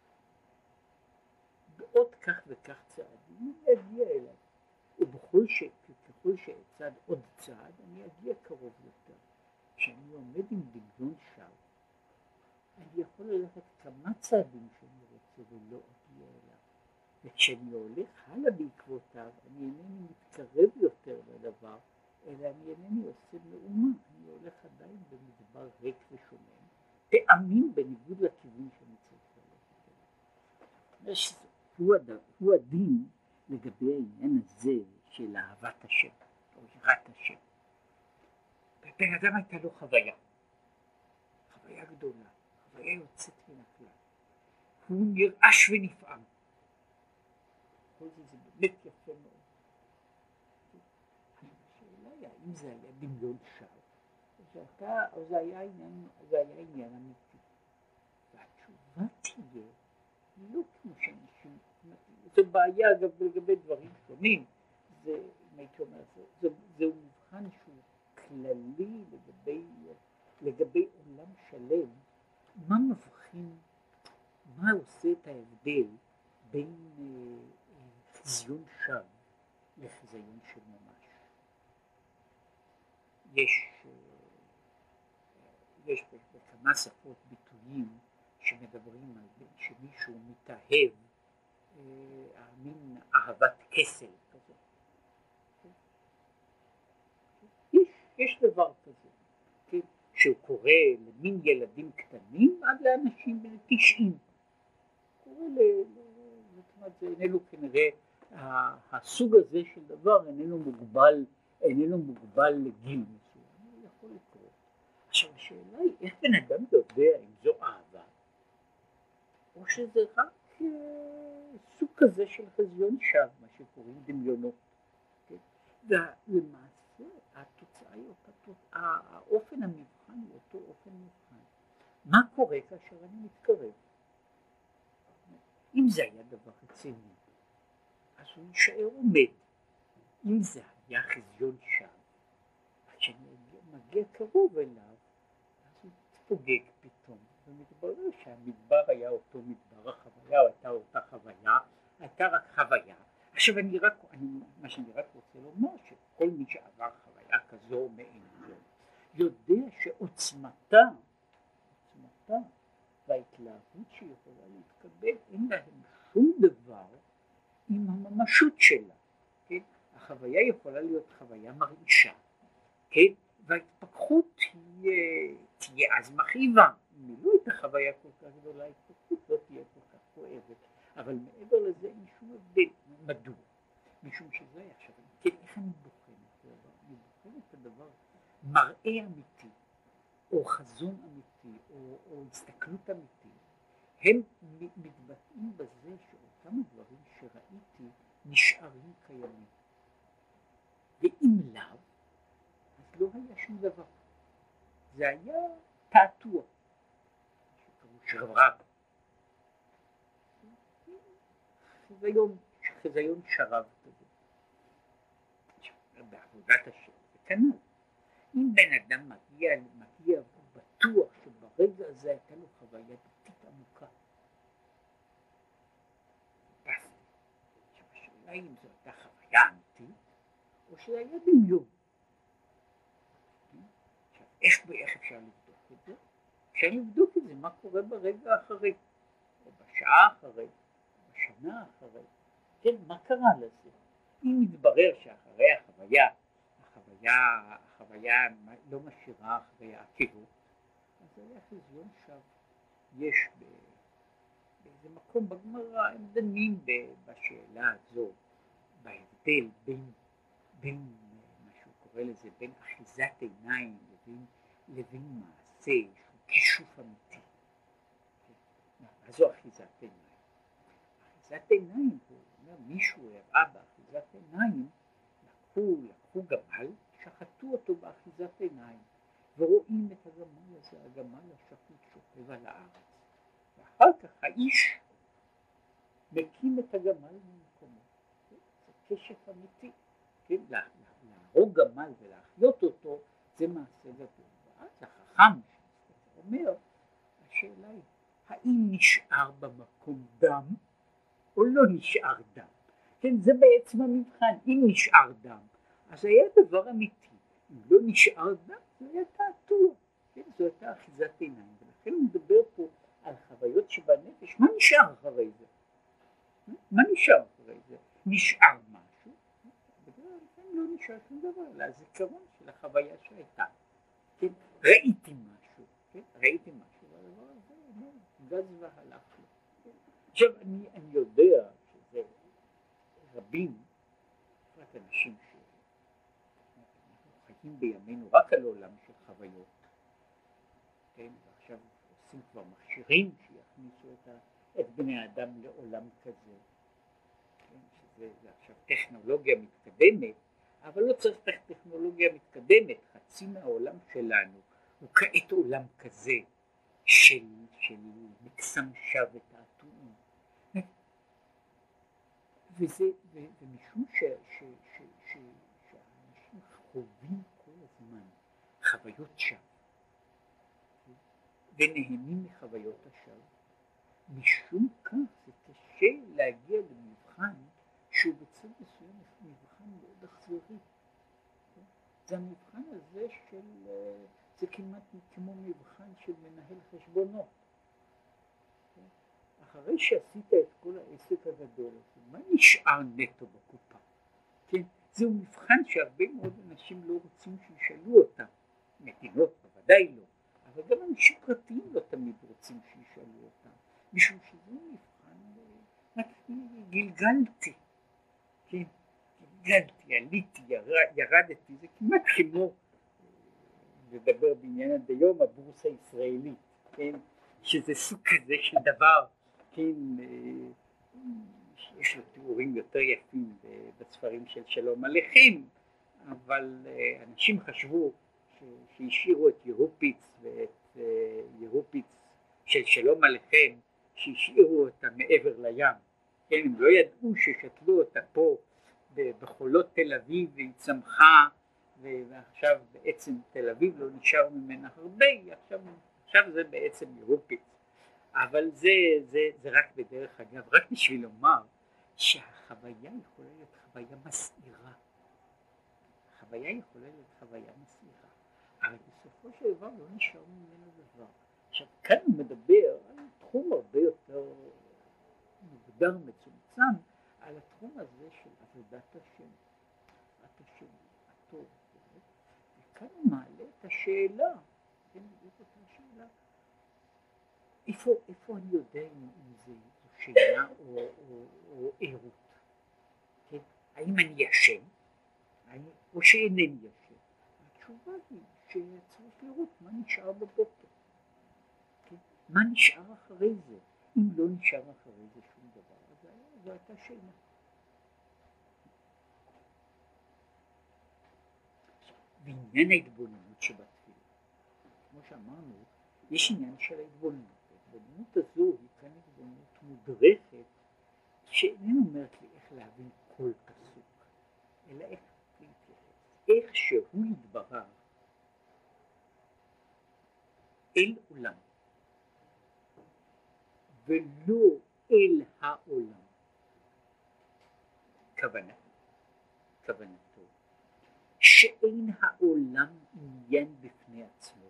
בעוד כך וכך צעדים, אני אגיע אליו. וככל שאצעד עוד צעד, אני אגיע קרוב יותר. כשאני עומד עם דמיון שווא, אני יכול ללכת כמה צעדים שאני רוצה ולא אגיע אליו. וכשאני הולך הלאה בעקבותיו, אני אינני מתקרב יותר לדבר, אלא אני אינני עושה מאומה. אני הולך עדיין במדבר ריק ושומם, פעמים בניגוד לכיוון שאני צריך ללכת אליו. הוא הדין לגבי העניין הזה של אהבת השם או יראת השם. בן אדם הייתה לו חוויה גדולה, חוויה יוצאת מן הכלל, הוא נרעש ונפעם. כל זה באמת יפה מאוד. השאלה היא האם זה היה דמיון שווא או זה היה עניין אמיתי, והתשובה תהיה לא כמו שאנשים, זו בעיה אגב לגבי דברים שונים. זה, אם הייתי אומר, זהו מבחן שהוא כללי לגבי עולם שלם. מה מבחין, מה עושה את ההבדל בין חזיון שווא לחזיון של ממש? יש בכמה שפות ביטויים שמדברים על שמישהו מתאהב, מין אהבת כסל כזאת. יש דבר כזה, כן? שהוא קורא למין ילדים קטנים עד לאנשים בני 90. קורא זאת אומרת, זה איננו כנראה, הסוג הזה של דבר איננו מוגבל לגיל מסוים, הוא יכול לקרוא. עכשיו השאלה היא, איך בן אדם יודע אם זו אהבה, או שזה רק סוג כזה של חזיון שווא, מה שקוראים דמיונות. כן? ולמעשה התוצאה היא האופן המבחן הוא אותו אופן מבחן. מה קורה כאשר אני מתקרב? אם זה היה דבר רציני, אז הוא יישאר עומד. אם זה היה חזיון שווא, עד שאני מגיע קרוב אליו, אז הוא תפוגג פתאום, ומתברר שהמדבר היה אותו מדבר, החוויה הייתה אותה חוויה, הייתה רק חוויה. עכשיו מה שאני רק רוצה לומר, שכל מי שעבר חוויה כזו או מעין זו, יודע שעוצמתה וההתלהבות שיכולה להתקבל, אין להם שום דבר עם הממשות שלה. כן? החוויה יכולה להיות חוויה מרעישה, כן? וההתפכחות תהיה אז מכאיבה. אם לא הייתה חוויה כל כך גדולה, ההתפכחות לא תהיה כל כך כואבת. אבל מעבר לזה אין שום הבדל. מדוע? משום שזה היה עכשיו. כן, איך אני בוחן את הדבר? אני בוחן את הדבר מראה אמיתי או חזון הם מתבטאים בזה שאותם הדברים שראיתי נשארים קיימים, ואם לאו אז לא היה שום דבר, זה היה תעתוע שקראו שרברב, חזיון שרב כזה. בעבודת השם זה כנ"ל, אם בן אדם מגיע הוא בטוח שברגע הזה הייתה לו חוויה דתית עמוקה, השאלה אם זו הייתה חוויה אמיתית או שזה היה דמיון. איך אפשר לבדוק את זה? אפשר לבדוק את זה, מה קורה ברגע אחרי, או בשעה אחרי, או בשנה אחרי, כן, מה קרה לזה? אם מתברר שאחרי החוויה לא משאירה אחרי העקיבות, אז היה חזיון שווא. יש באיזה מקום בגמרא הם דנים בשאלה הזו, בהבדל בין מה שהוא קורא לזה, בין אחיזת עיניים לבין מעשה שהוא כישוף אמיתי. מה זו אחיזת עיניים? אחיזת עיניים, הוא אומר, מישהו הראה באחיזת עיניים, לקחו גמל, שחטו אותו באחיזת עיניים, ורואים את הגמל הזה, הגמל השחוט שוכב על הארץ, ואחר כך האיש מקים את הגמל ממקומו. זה כשף אמיתי, כן? להרוג גמל ולהחיות אותו, זה מעשה גדול. ואז החכם אומר, השאלה היא, האם נשאר במקום דם או לא נשאר דם? כן, זה בעצם המבחן. אם נשאר דם, אז היה דבר אמיתי. אם לא נשאר דם, זה היה תעתוע. כן, זו הייתה אחיזת עיניים. ולכן הוא מדבר פה על חוויות שבנפש. מה נשאר אחרי זה? מה נשאר אחרי זה? נשאר משהו. בגלל לא נשאר שום דבר, אלא הזיכרון של החוויה שהייתה. כן, ראיתי משהו. כן, ראיתי משהו. והדבר הזה אומר, גז והלך לו. עכשיו, אני יודע שזה רבים, רק אנשים שאנחנו חיים בימינו רק על עולם של חוויות, כן, ועכשיו עושים כבר מכשירים שיכניסו את בני האדם לעולם כזה, כן, שזה עכשיו טכנולוגיה מתקדמת, אבל לא צריך טכנולוגיה מתקדמת, חצי מהעולם שלנו הוא כעת עולם כזה של מקסם שווא ותעתועים. ומשום שאנשים חווים כל הזמן חוויות שווא ונהנים מחוויות השווא, משום כך זה קשה להגיע למבחן שהוא בצד מסוים מבחן מאוד אכזרי. זה המבחן הזה זה כמעט כמו מבחן של מנהל חשבונות. אחרי שעשית את כל העסק הגדול הזה, מה נשאר נטו בקופה? כן? זהו מבחן שהרבה מאוד אנשים לא רוצים שישאלו אותם. מדינות בוודאי לא, אבל גם אנשים פרטיים לא תמיד רוצים שישאלו אותם, משום שזה מבחן, רק גלגלתי, כן? גלגלתי, עליתי, ירדתי, זה כמעט כמו לדבר בעניין עד היום הבורסה הישראלית, כן? שזה סוג כזה של דבר, כן, יש לו תיאורים יותר יפים בספרים של שלום עליכם, אבל אנשים חשבו שהשאירו את ירופיץ ואת ירופיץ של שלום עליכם, שהשאירו אותה מעבר לים, כן, הם לא ידעו ששתלו אותה פה בחולות תל אביב והיא צמחה, ועכשיו בעצם תל אביב לא נשאר ממנה הרבה, עכשיו זה בעצם ירופיץ. אבל זה רק בדרך אגב, רק בשביל לומר שהחוויה יכולה להיות חוויה מסעירה. החוויה יכולה להיות חוויה מסעירה, אבל בסופו של דבר לא נשאר ממנו דבר. עכשיו כאן הוא מדבר על תחום הרבה יותר מוגדר, מצומצם, על התחום הזה של עבודת השם, הטוב. וכאן הוא מעלה את השאלה, כן, את השאלה, איפה אני יודע אם זה שינה או עירות? כן? האם אני ישן? או שאינני ישן? התשובה היא שצריך לראות מה נשאר בבוקר. כן? מה נשאר אחרי זה? לא נשאר אחרי זה שום דבר, אז זו הייתה שינה. בעניין ההתבוננות שבתפילה, כמו שאמרנו, יש עניין של ההתבוננות. ההתבוננות הזו היא כאן התבוננות מודרכת, שאיננו אומרת לי איך להבין כל פסוק, אלא איך להתייחס, איך שהוא יתברך אל עולם, ולא אל העולם. כוונתו שאין העולם עניין בפני עצמו,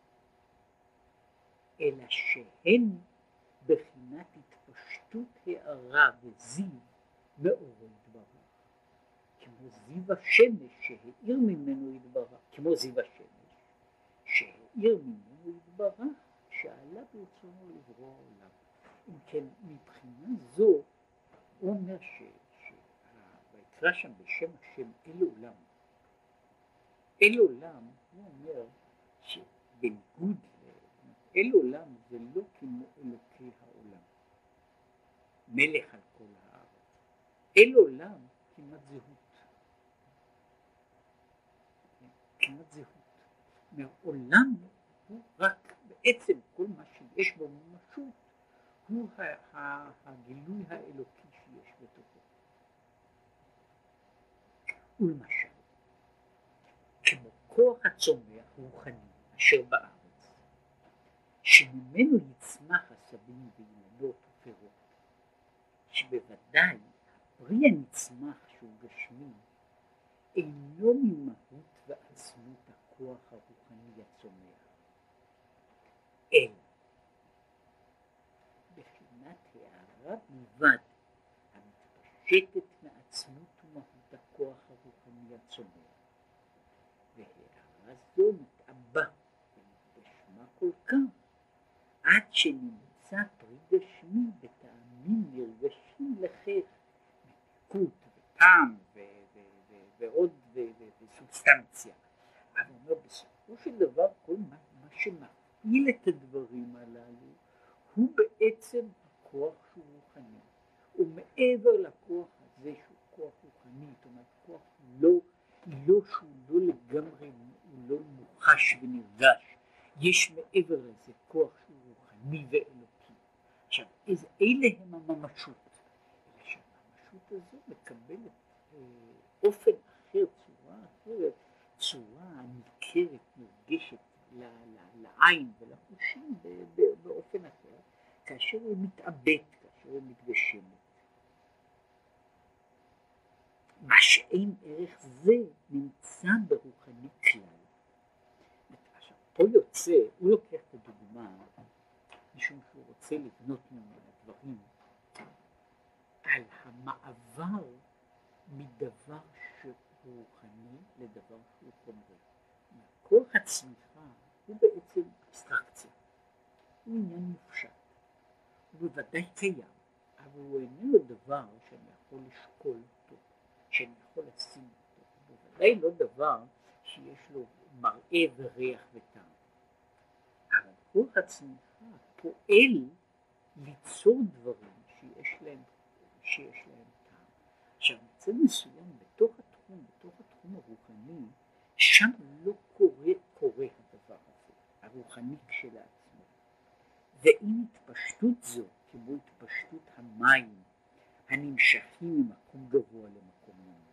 אלא שהן בחינת התפשטות הערה וזיו מאורו יתברך, כמו זיו השמש שהאיר ממנו יתברך, כמו זיו השמש שהאיר ממנו יתברך, שעלה ברצונו לברוא העולם. אם כן, מבחינה זו הוא אומר ויקרא שם בשם השם אל עולם. אל עולם, הוא אומר שבניגוד אל עולם זה לא כמו אלוקי העולם, מלך על כל הארץ. אל עולם כמעט זהות, כמעט זהות. מעולם הוא רק בעצם כל מה שיש בו ממשות הוא הגילוי האלוקי שיש בתוכו. ולמשל, כמו כוח הצומח רוחני אשר בארץ, שממנו יצמח עשבים וילדות ופירות, שבוודאי הפרי הנצמח שהוא גשמי אינו ממהות ועצמות הכוח הרוחני הצומח, אלא בחינת הערה בלבד המתפשטת מעצמות ומהות הכוח הרוחני הצומח, והערה זו מתעבה ונתגשמה כל כך עד שנמצא פרי גשמי בטעמים נרגשים לכך, מתיקות וטעם ועוד וסובסטנציה. אבל אומר בסופו של דבר כל מה שמפעיל את הדברים הללו הוא בעצם הכוח שהוא רוחני, ומעבר לכוח הזה שהוא כוח רוחני, זאת אומרת כוח שהוא לא לגמרי, הוא לא מוחש ונרגש, יש מעבר לזה כוח שהוא רוחני ואלוקי. עכשיו אלה הם הממשות, אלא שהממשות הזו מקבלת אופן אחר, צורה אחרת, צורה ניכרת, נרגשת לעין ולחושים באופן אחר, כאשר הוא מתאבד, כאשר הוא מתגשמת. מה שאין ערך זה נמצא ברוחני כלל. עכשיו פה יוצא, הוא לוקח את הדוגמה משום שהוא רוצה לבנות ממנה דברים על המעבר מדבר שהוא רוחני לדבר שהוא חומרי. כוח הצמיחה הוא בעצם אבסטרקציה, הוא עניין מופשט, הוא בוודאי קיים, אבל הוא איננו דבר שאני יכול לשקול אותו, שאני יכול לשים אותו, הוא בוודאי לא דבר שיש לו מראה וריח וטעם. אבל כוח הצמיחה פועל ליצור דברים שיש להם טעם. עכשיו מצד מסוים בתוך התחום הרוחני, שם לא קורה הדבר הזה, הרוחני כשלעצמו. ואם התפשטות זו, כמו התפשטות המים הנמשכים ממקום גבוה למקום נמוך,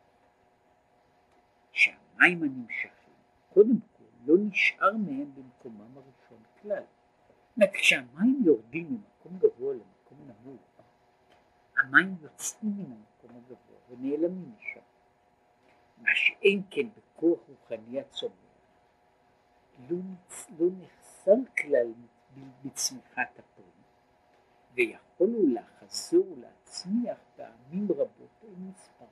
שהמים הנמשכים, קודם כל, לא נשאר מהם במקומם הראשון כלל. כשהמים יורדים ממקום גבוה למקום נמוך, המים יוצאים מן המקום הגבוה ונעלמים משם. מה שאין כן בכוח רוחני הצומח, לא נחסר כלל בצמיחת הפרי, ויכולו לחזור ולהצמיח פעמים רבות אין מספר.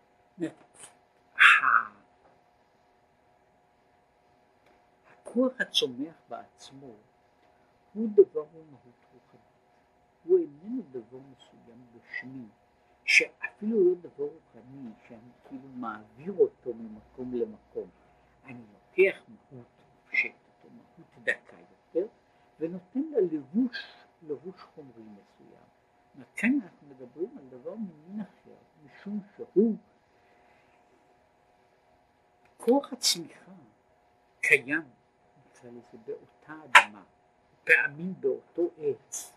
הכוח הצומח בעצמו הוא דבר ומהות רוחנית, הוא איננו דבר מסוים גשמי, שאפילו לא דבר רוחני שאני כאילו מעביר אותו ממקום למקום. אני לוקח מהות מופשטת או מהות דקה יותר ונותן לה לבוש חומרי מסוים. כאן אנחנו מדברים על דבר ממין אחר, משום שהוא כוח הצמיחה קיים, נקרא לזה, באותה אדמה, פעמים באותו עץ,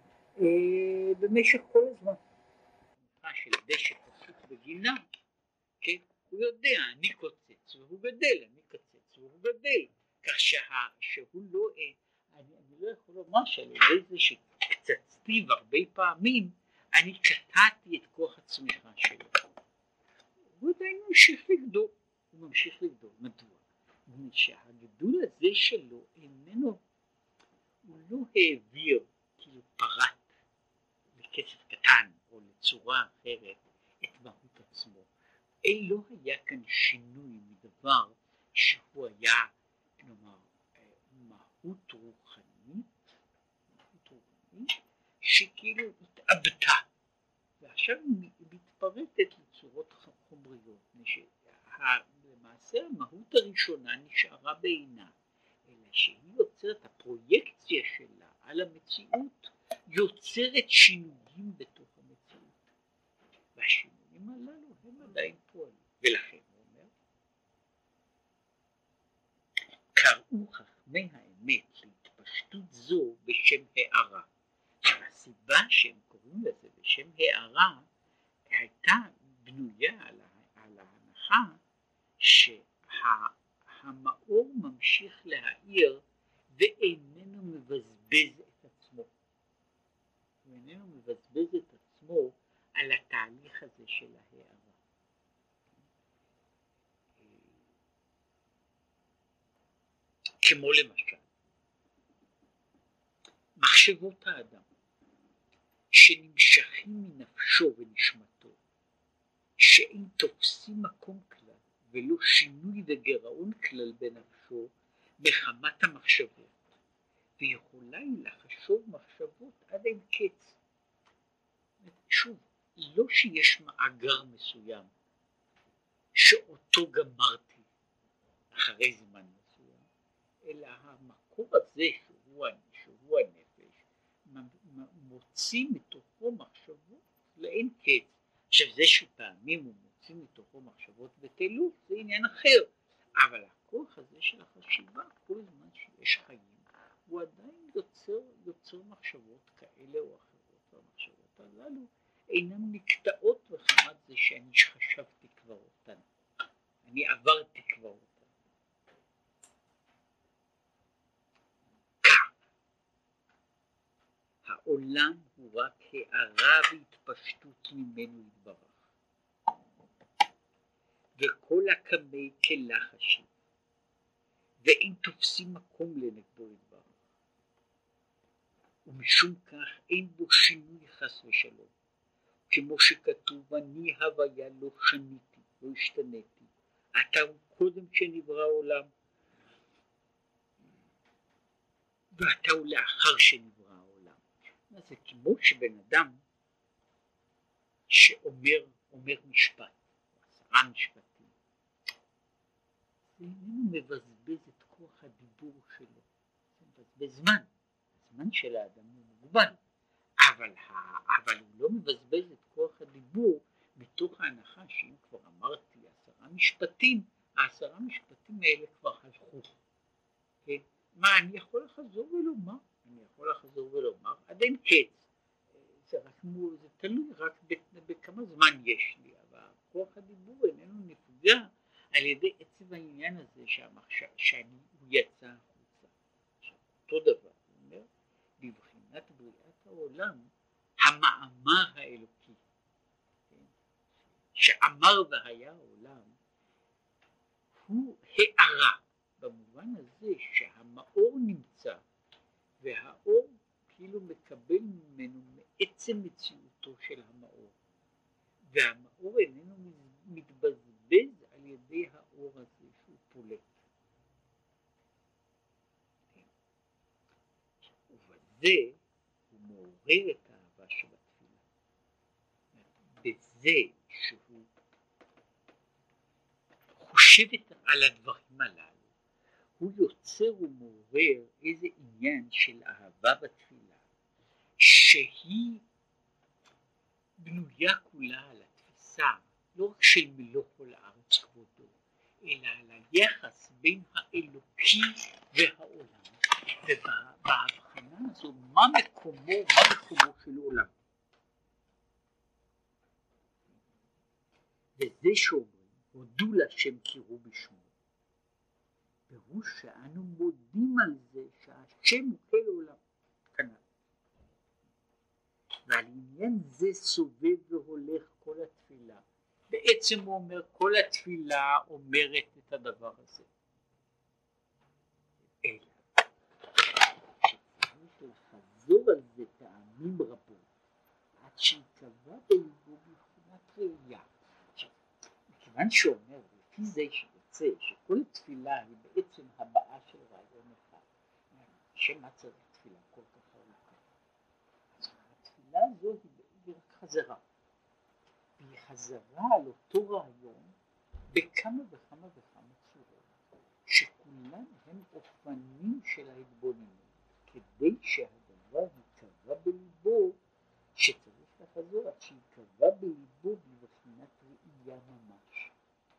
במשך כל הזמן. של דשא פשוט בגינה, כן? הוא יודע, אני קוצץ והוא גדל, אני קוצץ והוא גדל, כך שהוא לא, אני לא יכול לומר שעל ידי זה שקצצתי הרבה פעמים, אני קטעתי את כוח הצמיחה שלו. הוא עדיין ממשיך לגדול, הוא ממשיך לגדול. מדוע? מפני שהגידול הזה שלו איננו, הוא לא העביר, כאילו פרט לקצב קטן או לצורה אחרת את מהות עצמו. לא היה כאן שינוי מדבר שהוא היה, כלומר, מהות רוחנית שכאילו התאבטה ועכשיו היא מתפרטת לצורות חומריות. למעשה המהות הראשונה נשארה בעינה, אלא שהיא יוצרת, הפרויקציה שלה על המציאות יוצרת שינויים בתוך המציאות, והשינויים הללו הם עדיין פועלים. ולכן הוא אומר, קראו חכמי האמת להתפשטות זו בשם הערה. הסיבה שהם קוראים לזה בשם הערה הייתה בנויה על ההנחה שהמאור ממשיך להאיר ואיננו מבזבז את עצמו. הוא איננו מבזבז את עצמו על התהליך הזה של ההערה. כמו למשל מחשבות האדם שנמשכים מנפשו ונשמתו, שאין תופסים מקום כלל ולא שינוי וגרעון כלל בנפשו מחמת המחשבות, ויכולה היא לחשוב מחשבות עד אין קץ. שוב, לא שיש מאגר מסוים שאותו גמרתי אחרי זמן מסוים, אלא המקור הזה שהוא הנפש מוציא מתוכו מחשבות לאין קץ. עכשיו זה שפעמים הוא מוציא מתוכו מחשבות בטלות זה עניין אחר, אבל הכוח הזה של החשיבה כל זמן שיש חיים הוא עדיין יוצר מחשבות כאלה או אחרות, והמחשבות הללו אינן נקטעות בחמת זה שאני חשבתי כבר אותן, אני עברתי כבר אותן. העולם הוא רק הערה והתפשטות ממנו יתברך, וכל הקמי כלחשים, ואין תופסים מקום לנגדו יתברך, ומשום כך אין בו שינוי חס ושלום, כמו שכתוב אני הוויה לא שניתי, לא השתניתי, אתה הוא קודם שנברא העולם ואתה הוא לאחר שנברא העולם. זה כמו שבן אדם שאומר משפט, 10 משפטים, זה איננו מבזבז את כוח הדיבור שלו, זה מבזבז זמן, הזמן של האדם הוא מוגבל, אבל הוא לא מבזבז את כוח הדיבור מתוך ההנחה שאם כבר אמרתי 10 משפטים, 10 משפטים האלה כבר הלכו, כן? מה אני יכול לחזור ולומר? אני יכול לחזור ולומר עד אין קץ, זה תלוי רק בכמה זמן יש לי, אבל כוח הדיבור איננו נפגע על ידי עצם העניין הזה שהוא יצא החוצה. אותו דבר, הוא אומר, בבחינת בריאת העולם, המאמר האלוקי, כן? שאמר והיה העולם, הוא הערה, במובן הזה שהמאור נמצא, והאור כאילו מקבל ממנו מעצם מציאותו של המאור, והמאור איננו מתבזבז על ידי האור הזה שהוא פולט. ובזה הוא מעורר את האהבה שבתפילה, בזה שהוא חושב על הדברים הללו, הוא יוצר ומעורר איזה עניין של אהבה בתפילה, שהיא בנויה כולה על התפיסה לא רק של מלוך כל הארץ כבודו, אלא על היחס בין האלוקי והעולם, ובהבחנה הזו מה מקומו של עולם. וזה שאומרים הודו להשם קראו בשמו, פירוש שאנו מודים על זה שהשם הוא כל עולם כנ"ל. ועל עניין זה סובב והולך כל התפילה. בעצם הוא אומר כל התפילה אומרת את הדבר הזה. אלא שצריך לחזור על זה פעמים רבות עד שייקבע בליבו מבחינת ראייה. מכיוון שאומר לפי זה שיוצא שכל תפילה היא בעצם הבאה של רעיון אחד, שמה צריך תפילה כל כך ארוכה? אז התפילה הזו היא רק חזרה, והיא חזרה על אותו רעיון בכמה וכמה צורות, שכולן הם אופנים של ההתבוננות, כדי שהדבר ייקבע בליבו, שצריך לחזור עד שייקבע בליבו בבחינת ראייה ממש.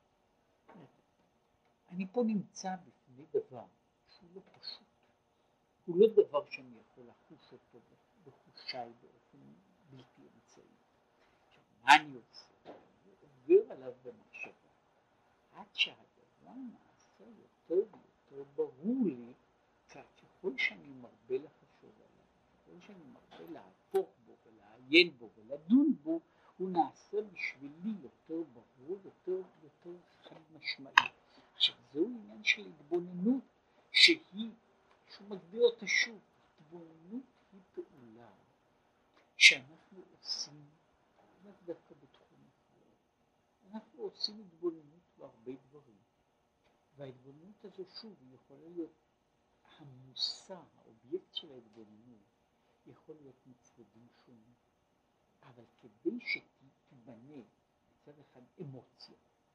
אני פה נמצא בפני דבר שהוא לא פשוט, הוא לא דבר שאני יכול לחוש אותו בחושיי באופן בלתי אמצעי. מה אני עושה? אני עובר עליו במחשבה עד שהדבר נעשה יותר ויותר ברור לי, ככל שאני מרבה לחשוב עליו, ככל שאני מרבה להפוך בו ולעיין בו ולדון בו, הוא נעשה בשבילי יותר ברור, יותר חד משמעי. עכשיו זהו עניין של התבוננות שהוא מגדיר אותה שוב. התבוננות היא פעולה שאנחנו עושים לא דווקא בתחום אחד, אנחנו עושים התבוננות בהרבה דברים, וההתבוננות הזו שוב היא יכולה להיות המושא, האובייקט של ההתבוננות יכול להיות מצדדים שונים, אבל כדי שתיבנה מצד אחד אמוציה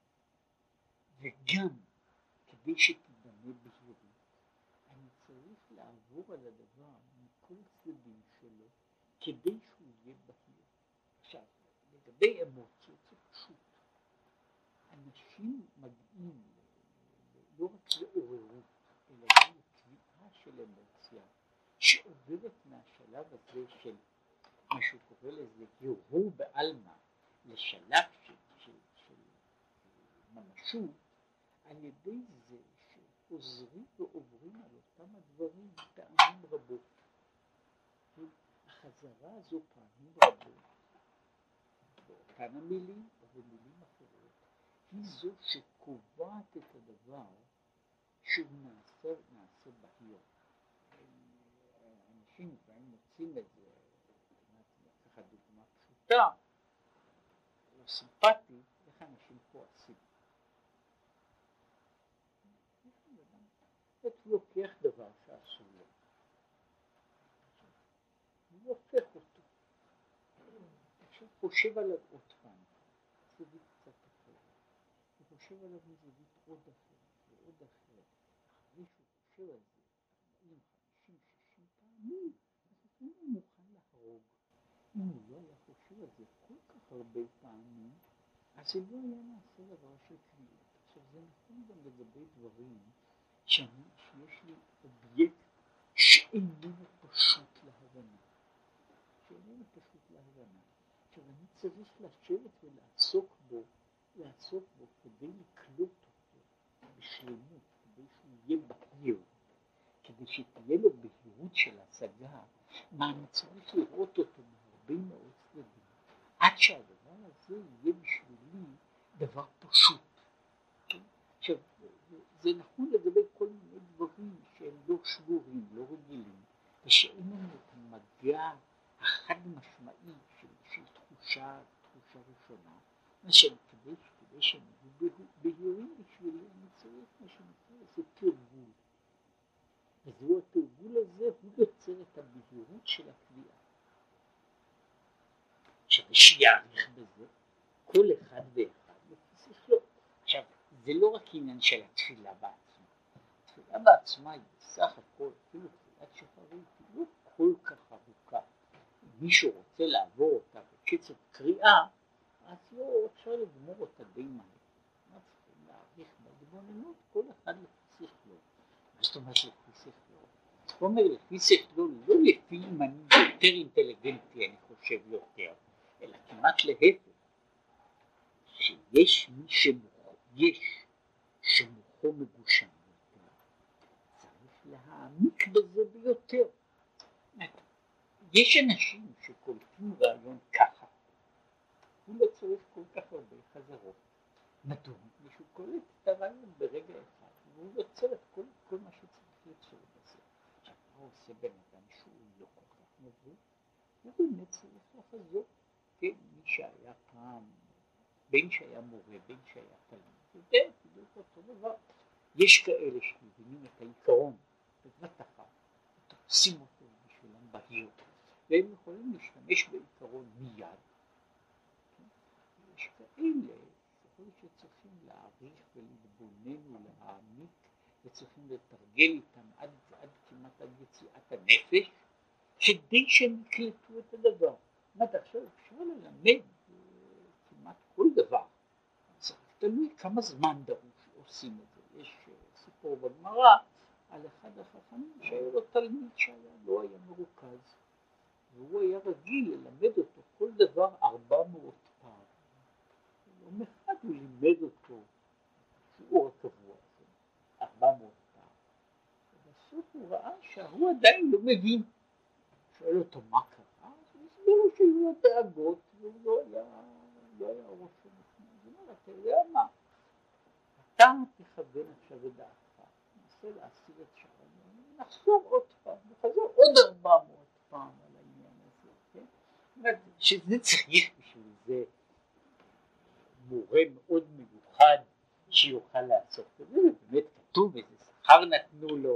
וגם כדי שתיבנה בהירות, אני צריך לעבור על הדבר מכל צדדים שלו כדי שהוא יהיה בהיר. עכשיו, לגבי אמוציות זה פשוט. אנשים מגיעים לא רק לעוררות, אלא גם לקביעה של אמוציה שעוברת מהשלב הזה של מה שהוא קורא לזה הרהור בעלמא לשלב של ממשות, על ידי זה שחוזרים ועוברים על אותם הדברים פעמים רבות. החזרה הזו פעמים רבות באותן המילים או במילים אחרות היא זו שקובעת את הדבר שהוא נעשה בהיר. אנשים לפעמים מוצאים את זה, ככה דוגמה פשוטה או סימפטית, איך אנשים כועסים. הוא לוקח דבר שעשו לו, הוא הופך אותו, עכשיו חושב עליו עוד פעם, זווית קצת אחרת, הוא חושב עליו מזווית עוד אחרת ועוד אחרת. אחרי שהוא חושב על זה 40, 50, 60 פעמים, אז הוא לא מוכן להרוג. אם הוא לא היה חושב על זה כל כך הרבה פעמים, אז זה לא היה נעשה דבר של קביעות. עכשיו זה נכון גם לגבי דברים שיש לי אובייקט שאיננו פשוט להבנה. עכשיו אני צריך לשבת ולעסוק בו כדי לקלוט אותו בשלמות, כדי שהוא יהיה בהיר, כדי שתהיה לו בהירות של השגה, מה אני צריך לראות אותו בהרבה מאוד צדדים, עד שהדבר הזה יהיה בשבילי דבר פשוט. עכשיו, זה נכון לגבי כל מיני דברים שהם לא שבורים, לא רגילים, ושאין לנו את המגע החד משמעי של תחושה ראשונה, כדי שהם יהיו בהירים בשבילי, אני צריך מה שנקרא איזה תרגול. וזהו התרגול הזה, הוא יוצר את הבהירות של הקביעה. עכשיו, שיעריך בזה כל אחד ואחד לפי שכלו. עכשיו, זה לא רק עניין של התפילה בעצמה. התפילה בעצמה היא בסך הכל, אפילו תפילת שחרית, היא לא כל כך ארוכה. מישהו רוצה לעבור אותה בקצב קריאה, אז לא אפשר לגמור אותה די מהר. מה צריכים להעריך בהתבוננות? כל אחד לפי שכלו. מה זאת אומרת לפי שכלו? הוא אומר לפי שכלו, לא לפי אם אני יותר אינטליגנטי, אני חושב יותר, אלא כמעט להפך, שיש מי שמוחו מגושם יותר, צריך להעמיק בזה ביותר. יש אנשים שקולטים רעיון ככה, הוא לא צריך כל כך הרבה חזרות. מדוע? מישהו קולט את הרעיון ברגע אחד, והוא יוצר את כל מה שצריך ליצור בזה. עכשיו, מה עושה בן אדם שהוא לא כל כך מבין? הוא באמת צריך לחזור. כן, מי שהיה פעם, בין שהיה מורה, בין שהיה תלמיד, יודע, בדיוק אותו דבר. יש כאלה שמבינים את העיקרון בבת אחת, תופסים אותו בשבילם בהיר, והם יכולים להשתמש בעיקרון מיד. יש כאלה שצריכים להעריך ולהתבונן ולהעמיק, וצריכים לתרגל איתם עד כמעט עד יציאת הנפש, כדי שהם יקלטו את הדבר. עכשיו אפשר ללמד כמעט כל דבר, תלוי כמה זמן דרוש עושים את זה. יש סיפור בגמרא על אחד החכמים שהיה לו תלמיד לא היה מרוכז, והוא היה רגיל ללמד אותו כל דבר 400 פעם. יום אחד הוא לימד אותו שיעור הקבוע הזה 400 פעם, ובסוף הוא ראה שהוא עדיין לא מבין. שואל אותו מה קרה, אז הוא הסביר לו שהיו הדאגות והוא לא היה ראש הנכנס. הוא אומר, אתה יודע מה, אתה תכוון עכשיו את דעתך, ננסה להשיג את שערנו, נחזור עוד פעם, נחזור עוד 400 פעם על העניין הזה, כן? זאת אומרת, שזה צריך בשביל זה מורה מאוד מיוחד שיוכל לעשות את זה, ובאמת כתוב איזה שכר נתנו לו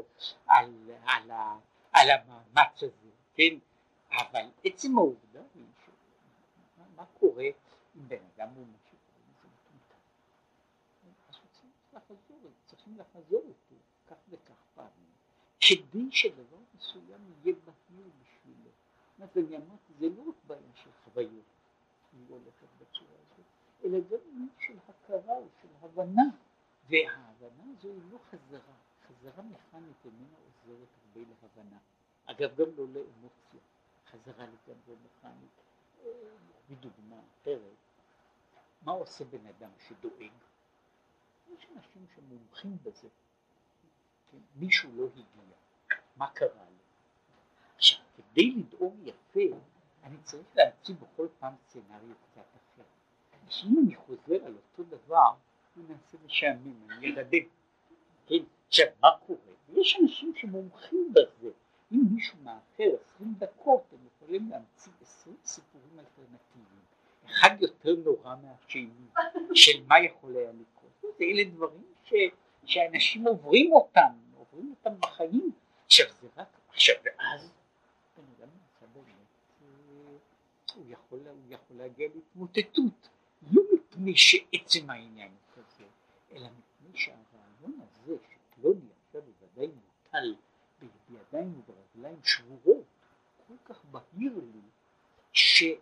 על המאמץ הזה, כן? אבל עצם העובדה היא מה קורה אם בן אדם הוא משהו, זה מטומטם. אז צריכים לחזור אותו כך וכך פעמים, כדי שדבר מסוים יהיה בהיר בשבילו. אני אמרתי, זה לא רק בעיה של חוויות, היא הולכת בצורה הזאת, אלא גם עניין של הכרה או של הבנה, וההבנה הזו היא לא חזרה מכנית איננה עוזרת הרבה להבנה, אגב גם לא לאמוציה, חזרה לגמרי מכנית. בדוגמה אחרת, מה עושה בן אדם שדואג? יש אנשים שמומחים בזה, כן? מישהו לא הגיע, מה קרה לו? עכשיו, כדי לדאוג יפה, אני צריך להמציא בכל פעם סצנריו קצת אחר. שאם אני חוזר על אותו דבר, הוא נעשה משעמם, אני ארדם. כן? עכשיו, מה קורה? יש אנשים שמומחים בזה. אם מישהו מאחר 20 דקות, הם יכולים להמציא 20 סיפורים אלטרנטיביים. אחד יותר נורא מהשני, של מה יכול היה לקרות. אלה דברים שאנשים עוברים אותם בחיים. עכשיו, זה רק, ואז, בן אדם נמצא באמת, הוא יכול להגיע להתמוטטות. לא מפני שעצם העניין הוא כזה, אלא מפני שהרעיון הזה שפלוני עכשיו בוודאי מוטל בידיים וברגליים שבורות, כל כך בהיר לי שכיצד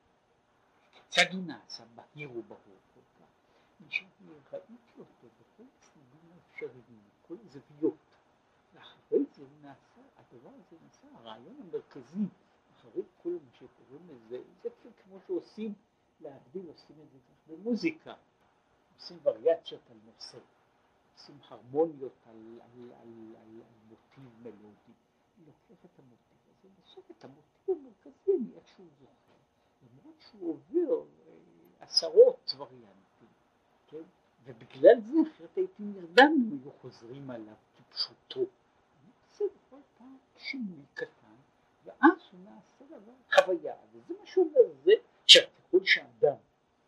הוא נעשה בהיר וברור כל כך, משום ראיתי אותו בכל צדדים האפשריים, כל זוויות, ואחרי זה הוא נעשה, הדבר הזה נעשה, הרעיון המרכזי אחרי כל מה שקוראים לזה, זה כמו שעושים להבדיל, עושים את זה במוזיקה, עושים וריאציות על נושא, עושים הרמוניות על מוטיב מלודי, לוקח את המוטיב הזה, בסוף את המוטיב המרכזי אני איכשהו זוכר, למרות שהוא עובר עשרות וריאנטים, כן? ובגלל זה אחרת הייתי נרדם אם היו חוזרים עליו כפשוטו. אני עושה בכל פעם שינוי קטן, ואז הוא נעשה דבר חוויה, וזה מה שהוא אומר, זה שככל שאדם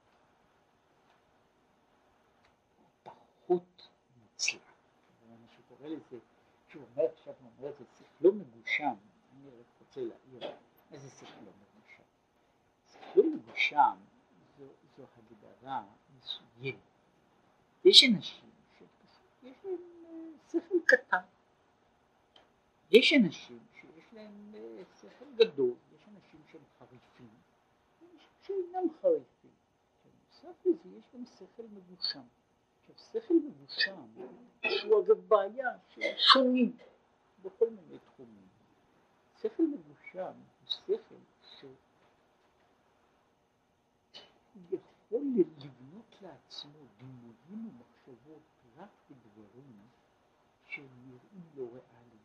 פחות מוצלח, מה שקורא לזה, שהוא אומר עכשיו, הוא אומר, זה שכלו מגושם, אני רק רוצה להעיר, איזה שכלו מגושם? שכלו מגושם זו הגדרה מסוימת. יש אנשים שיש להם שכל קטן, יש אנשים שיש להם שכל גדול, יש אנשים שהם חריפים, אינם חריפים. בנוסף לזה יש גם שכל מגושם. עכשיו שכל מגושם שהוא אגב בעיה ששונים בכל מיני תחומים. שכל מגושם הוא שכל שיכול לבנות לעצמו דימויים ומחשבות רק בדברים שהם נראים לא ריאליים.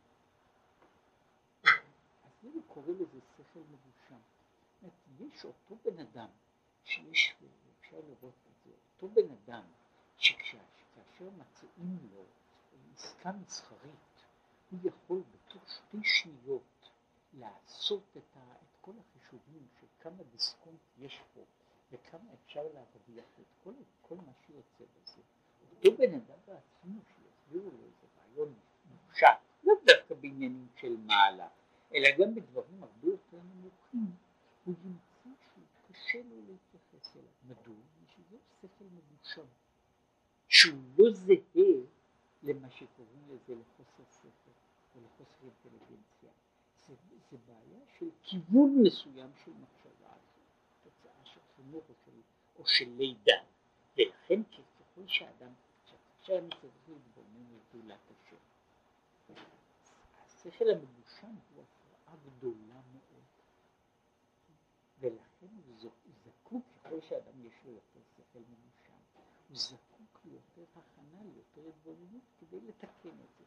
אז זה קורא לזה שכל מגושם. יש אותו בן אדם שיש, אפשר לראות את זה, אותו בן אדם שכאשר מציעים לו עסקה מסחרית, הוא יכול בתוך 2 שניות לעשות את כל החישובים של כמה דיסקונט יש פה וכמה אפשר להרוויח את כל מה שיוצא בזה. אותו בן אדם בעצמו שיסבירו לו איזה רעיון מופשט, לא דווקא בעניינים של מעלה, אלא גם בדברים הרבה יותר נמוכים, הוא ימצא שקשה לו להתייחס אליו. מדוע? שזה שכל מגושם, שהוא לא זהה למה שקוראים לזה לחוסר שכל או לחוסר אינטליגנציה. זה בעיה של כיוון מסוים של מחשבה, תוצאה של חינוך או של לידה. ולכן ככל שאדם, עכשיו אני צריך להתבונן לגדולת השם. השכל המגושם הוא הפרעה גדולה מאוד, ולכן הוא זקוק, ככל שאדם יש לו יותר שכל מגושם, הוא זקוק ליותר הכנה, ליותר התבוננות כדי לתקן את זה.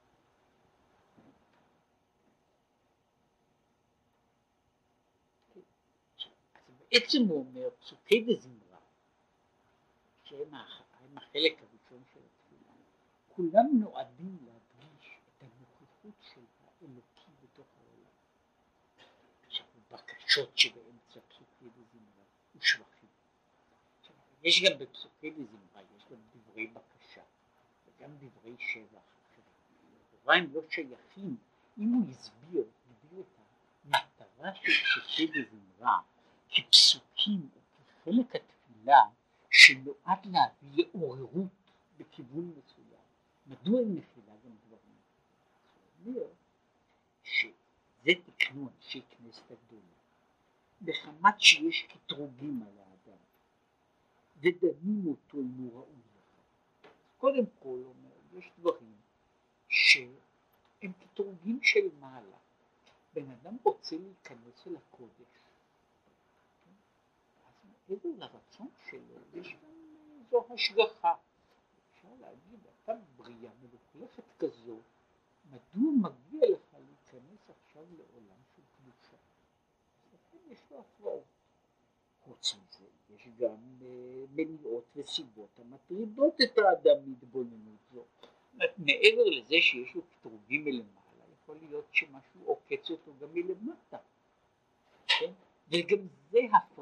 בעצם הוא אומר פסוקי דזמרה, שהם החלק הראשון של התפילה, כולם נועדים להדגיש את הנוכחות של האלוקי בתוך העולם. עכשיו בקשות שבאמצע פסוקי דזמרה ושבחים. יש גם בפסוקי דזמרה, יש גם דברי בקשה וגם דברי שבח. לכאורה הם לא שייכים. אם הוא הסביר את המטרה של פסוקי דזמרה כפסוקים או כחלק התפילה שנועד להביא לעוררות בכיוון מסוים, מדוע היא מכילה גם דברים? זאת אומרת שזה תקנו אנשי כנסת הגדולה בחמת שיש קטרוגים על האדם ודנים אותו אם הוא ראוי לך. קודם כל אומר, יש דברים שהם קטרוגים של מעלה. בן אדם רוצה להיכנס אל הקודש, מעבר לרצון שלו, יש גם זו השגחה. אפשר להגיד, אתה בריאה מלוכלכת כזו, מדוע מגיע לך להיכנס עכשיו לעולם של קדושה? לכן יש לו הפרעות. חוץ מזה, יש גם מניעות וסיבות המטרידות את האדם מהתבוננות זו. מעבר לזה שיש לו קטרוגים מלמעלה, יכול להיות שמשהו עוקץ אותו גם מלמטה. כן? וגם זה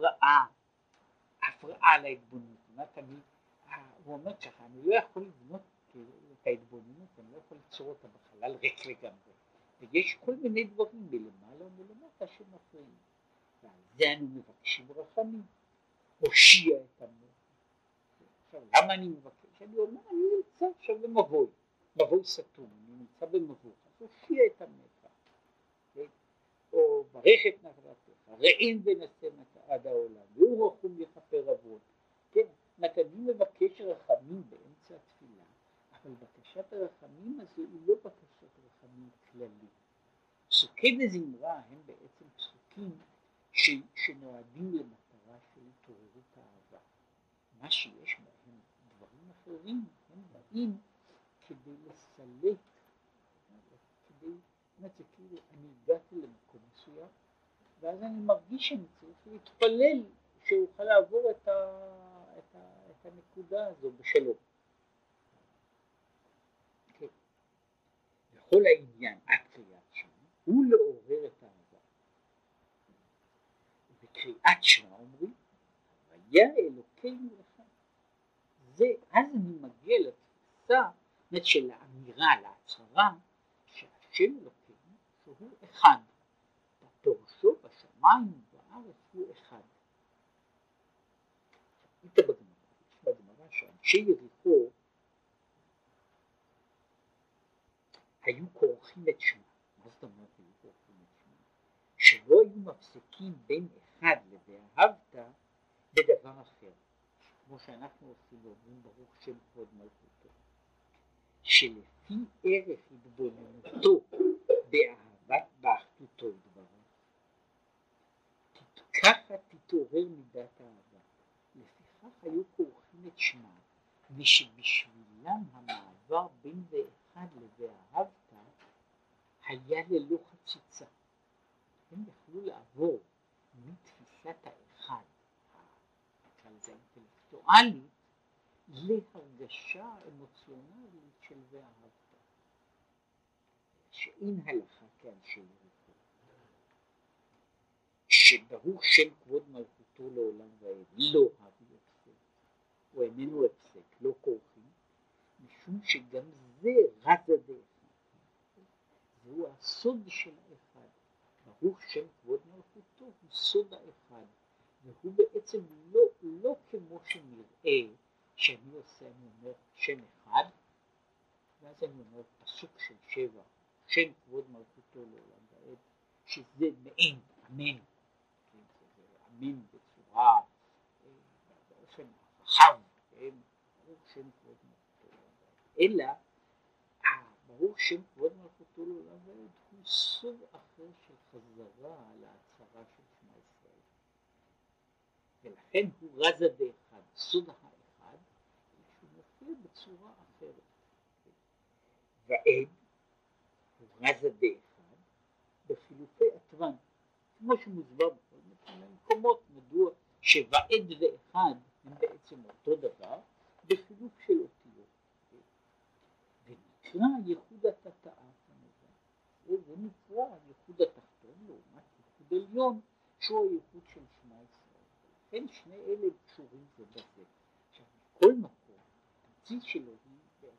הפרעה להתבוננות. הוא אומר ככה, אני לא יכול לבנות את ההתבוננות, אני לא יכול ליצור אותה בחלל ריק לגמרי. ויש כל מיני דברים מלמעלה ומלמטה שמפריעים. ועל זה אנו מבקשים רחמים. הושיע את המוח. עכשיו, למה אני מבקש? אני אומר, אני נמצא עכשיו במבוי. מבוי סתום, אני נמצא במבוך. אז הושיע את המוח. כן? או ברך את נחלתך, ראין ונשא עד העולם, והוא רחום יכפר עוון. כן, אני מבקש רחמים באמצע התפילה, אבל בקשת הרחמים הזו היא לא בקשת רחמים כללית. פסוקי דזמרה הם בעצם פסוקים שנועדים למטרה של התעוררות האהבה. מה שיש בהם דברים אחרים, הם באים כדי לסלק, זה כאילו אני הגעתי למקום מסוים, ואז אני מרגיש שאני צריך להתפלל שאוכל לעבור את הנקודה הזו בשלום. כן. וכל העניין עד קריאת שמע הוא לעורר את האהבה. וקריאת שמע אומרים, היה אלוקינו לך. זה, אז אני מגיע לתפיסה של האמירה, להצהרה, שהשם אלוקינו שהוא אחד. פירושו בשמיים ובארץ הוא אחד. איתה בגמרא שאנשי יריחו היו כורכים את שמע. מה זאת אומרת היו כורכים את שמע? שלא היו מפסיקים בין אחד ל"ואהבת" שאנחנו עושים ואומרים ברוך שם כבוד מלכותו, שלפי ערך התבוננותו באחדותו יתברך, ככה תתעורר מידת האהבה. לפיכך היו כורכים את שמם, ושבשבילם המעבר בין ואחד ל"ואהבת" היה ללא חציצה. הם יכלו לעבור מתפיסת האחד, נקרא לזה אינטלקטואלית, להרגשה אמוציונלית של "ואהבת", שאין הלכה כאנשי יריחו, שברוך שם כבוד מלכותו לעולם ועד, לא הביא הפסק, הוא איננו הפסק, לא כורכים, משום שגם זה רזה דאחד, זהו הסוד של האחד. ברוך שם כבוד מלכותו הוא סוד האחד, והוא בעצם לא כמו שנראה שאני עושה, אני אומר שם אחד, ואז אני אומר פסוק של 7, שם כבוד מלכותו לעולם ועד, שזה מעין אמן, אמן בצורה, באופן רחב, ברוך שם כבוד מלכותו לעולם ועד, אלא ברוך שם כבוד מלכותו לעולם ועד הוא סוג אחר של חזרה על ההצהרה של שמע ישראל, ולכן הוא רזה דאחד, סוד האחד, שהוא מופיע בצורה אחרת. ועד הוא רזה דאחד בחילופי עטרן, כמו שמוסבר בכל מיני מקומות, מדוע שוועד ואחד הם בעצם אותו דבר בחילוף של אותיות. ונקרא ייחוד התתאה כמובן, וזה נקרא ייחוד התחתון לעומת ייחוד עליון שהוא הייחוד של שמע ישראל. לכן שני אלה קשורים זה בזה. עכשיו בכל מקום התמצית שלו היא בערך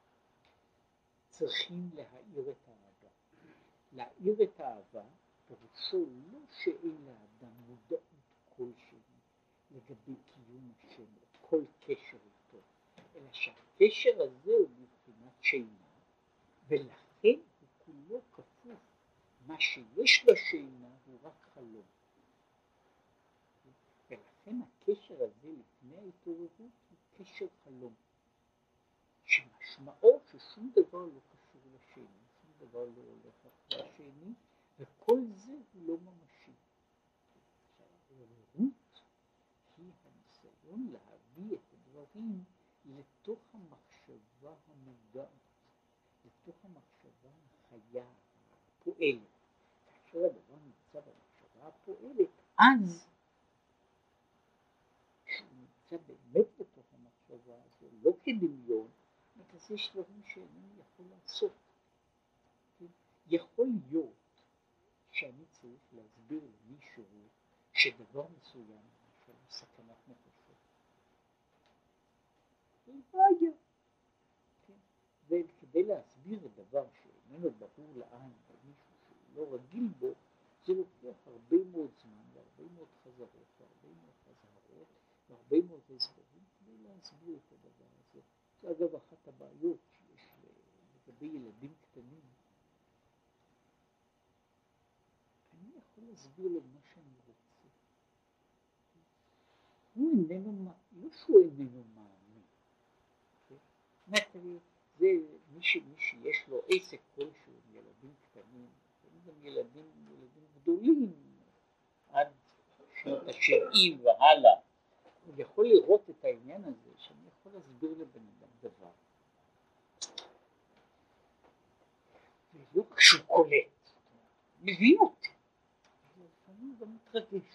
צריכים להאיר את האהבה. להאיר את האהבה פירושו לא שאין לאדם מודעות כלשהי לגבי קיום השם, את כל קשר איתו, אלא שהקשר הזה הוא בבחינת שינה, ולכן הוא כולו כפוף, מה שיש בשינה הוא רק חלום. ולכן הקשר הזה לפני ההתעוררות הוא קשר חלום, שמשמעו ששום דבר לא קשור לשני, שום דבר לא הולך אחרי השני, וכל זה הוא לא ממשי. ההתעוררות היא הניסיון להביא את הדברים לתוך המחשבה המודעת, לתוך המחשבה החיה, הפועלת. כאשר הדבר נמצא במחשבה הפועלת, אז כשהוא נמצא באמת בתוך המחשבה הזו, לא כדמיון, אז יש דברים שאינני יכול לעשות. יכול להיות שאני צריך להסביר למישהו שדבר מסוים של סכנת נפשות. זה בעיה. וכדי להסביר את דבר שאיננו ברור לעין למישהו שהוא לא רגיל בו, זה לוקח הרבה מאוד זמן והרבה מאוד חזרות והרבה מאוד חזרות והרבה מאוד הסברים כדי להסביר את הדבר הזה. זה אגב אחת הבעיות שיש לגבי ילדים קטנים. אני יכול להסביר לו מה שאני רוצה. הוא איננו, לא שהוא איננו מאמין. נתרי, זה מי שיש לו עסק כלשהו, ילדים קטנים, גם ילדים גדולים, עד שנות ה-70 והלאה, הוא יכול לראות את העניין הזה, שאני יכול להסביר לבן אדם דבר. ולא כשהוא קולט, מבין אותי. לפעמים גם מתרגש.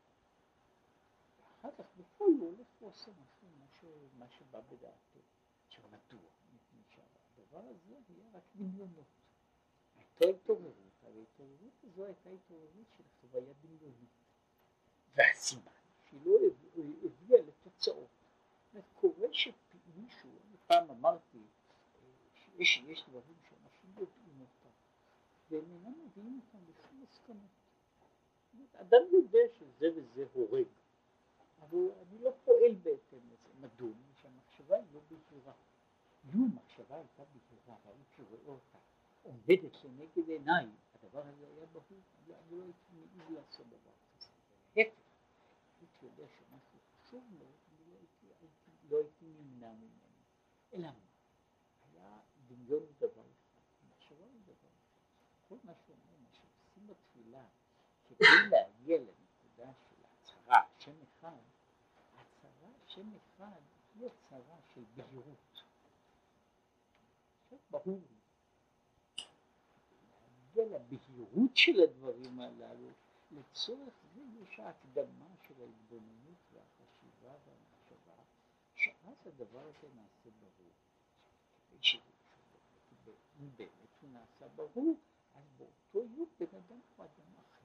ואחר כך בפועל הוא הולך ועושה מה שבא בדעתו. שמדוע? מפני שהדבר הזה היה רק דמיונות. הייתה התעוררות, אבל ההתעוררות הזו הייתה התעוררות של חוויה דמיונית. והסימן שהיא לא הביאה לתוצאות. קורה שמישהו, אני פעם אמרתי, שיש דברים שאנשים יודעים אותם, והם אינם מביאים אותם לשום מסקנות. אדם יודע שזה וזה הורג, אבל אני לא פועל בהתאם לזה. מדוע? שהמחשבה היא לא בהירה. לו המחשבה הייתה בהירה, והייתי רואה אותה עומדת לנגד עיניי, הדבר הזה היה ברור, אני לא הייתי מעיז לעשות דבר כזה. להפך, הייתי יודע שמשהו חשוב מאוד, אני לא הייתי נמנע ממנו. אלא מה? היה דמיון דבר אחד, מחשבה על דבר אחד. כל מה שאומר, מה שעושים בתפילה, כדי להגיע לנקודה של הצהרה, שם אחד, הצהרה שם אחד היא הצהרה של בהירות. עכשיו ברור, להגיע לבהירות של הדברים הללו, לצורך זה יש ההקדמה של ההתבוננות והחשיבה והמחשבה, שאז הדבר הזה נעשה ברור. אם באמת הוא נעשה ברור, אז באותו יום בן אדם הוא אדם אחר.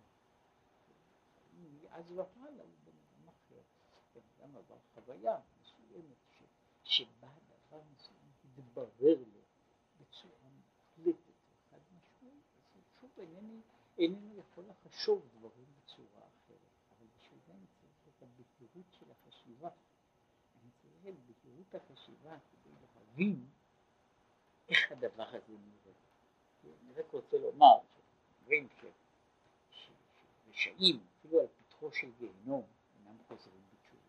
אז והלאה הוא בן אדם אחר. בן אדם עבר חוויה מסוימת שבה הדבר מסוים התברר לו בצורה מוחלטת וחד משמעית, אז שוב איננו יכול לחשוב דברים בצורה אחרת. אבל בשביל זה אני צריך את הבהירות של החשיבה. אני צריך את בהירות החשיבה כדי להבין איך הדבר הזה נראה. אני רק רוצה לומר שדברים שרשעים, אפילו על פתחו של גיהנום, אינם חוזרים בתשובה.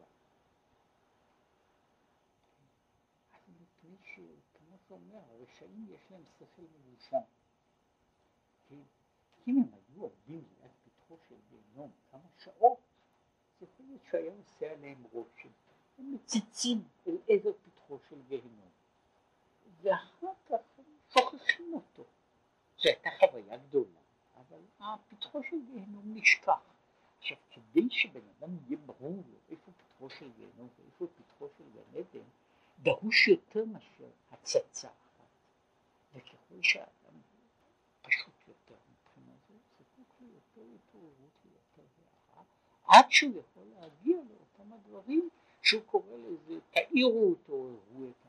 אז מפני שכמו שאומר, הרשעים יש להם שכל מבושם. אם הם היו עובדים ליד פתחו של גיהנום כמה שעות, זה יכול להיות שהיה עושה עליהם רושם. הם מציצים אל עבר פתחו של גיהנום. ואחר כך הם שוכחים אותו. זו הייתה חוויה גדולה, אבל הפתחו של גיהנום נשכח. עכשיו, כדי שבן אדם יהיה ברור לו איפה פתחו של גיהנום ואיפה פתחו של גן עדן, דרוש יותר מאשר הצצה אחת. וככל שהאדם פשוט יותר מבחינה זו, זקוק לי יותר התעוררות ויותר הערה, עד שהוא יכול להגיע לאותם הדברים שהוא קורא לזה, תאירו אותו, הראו את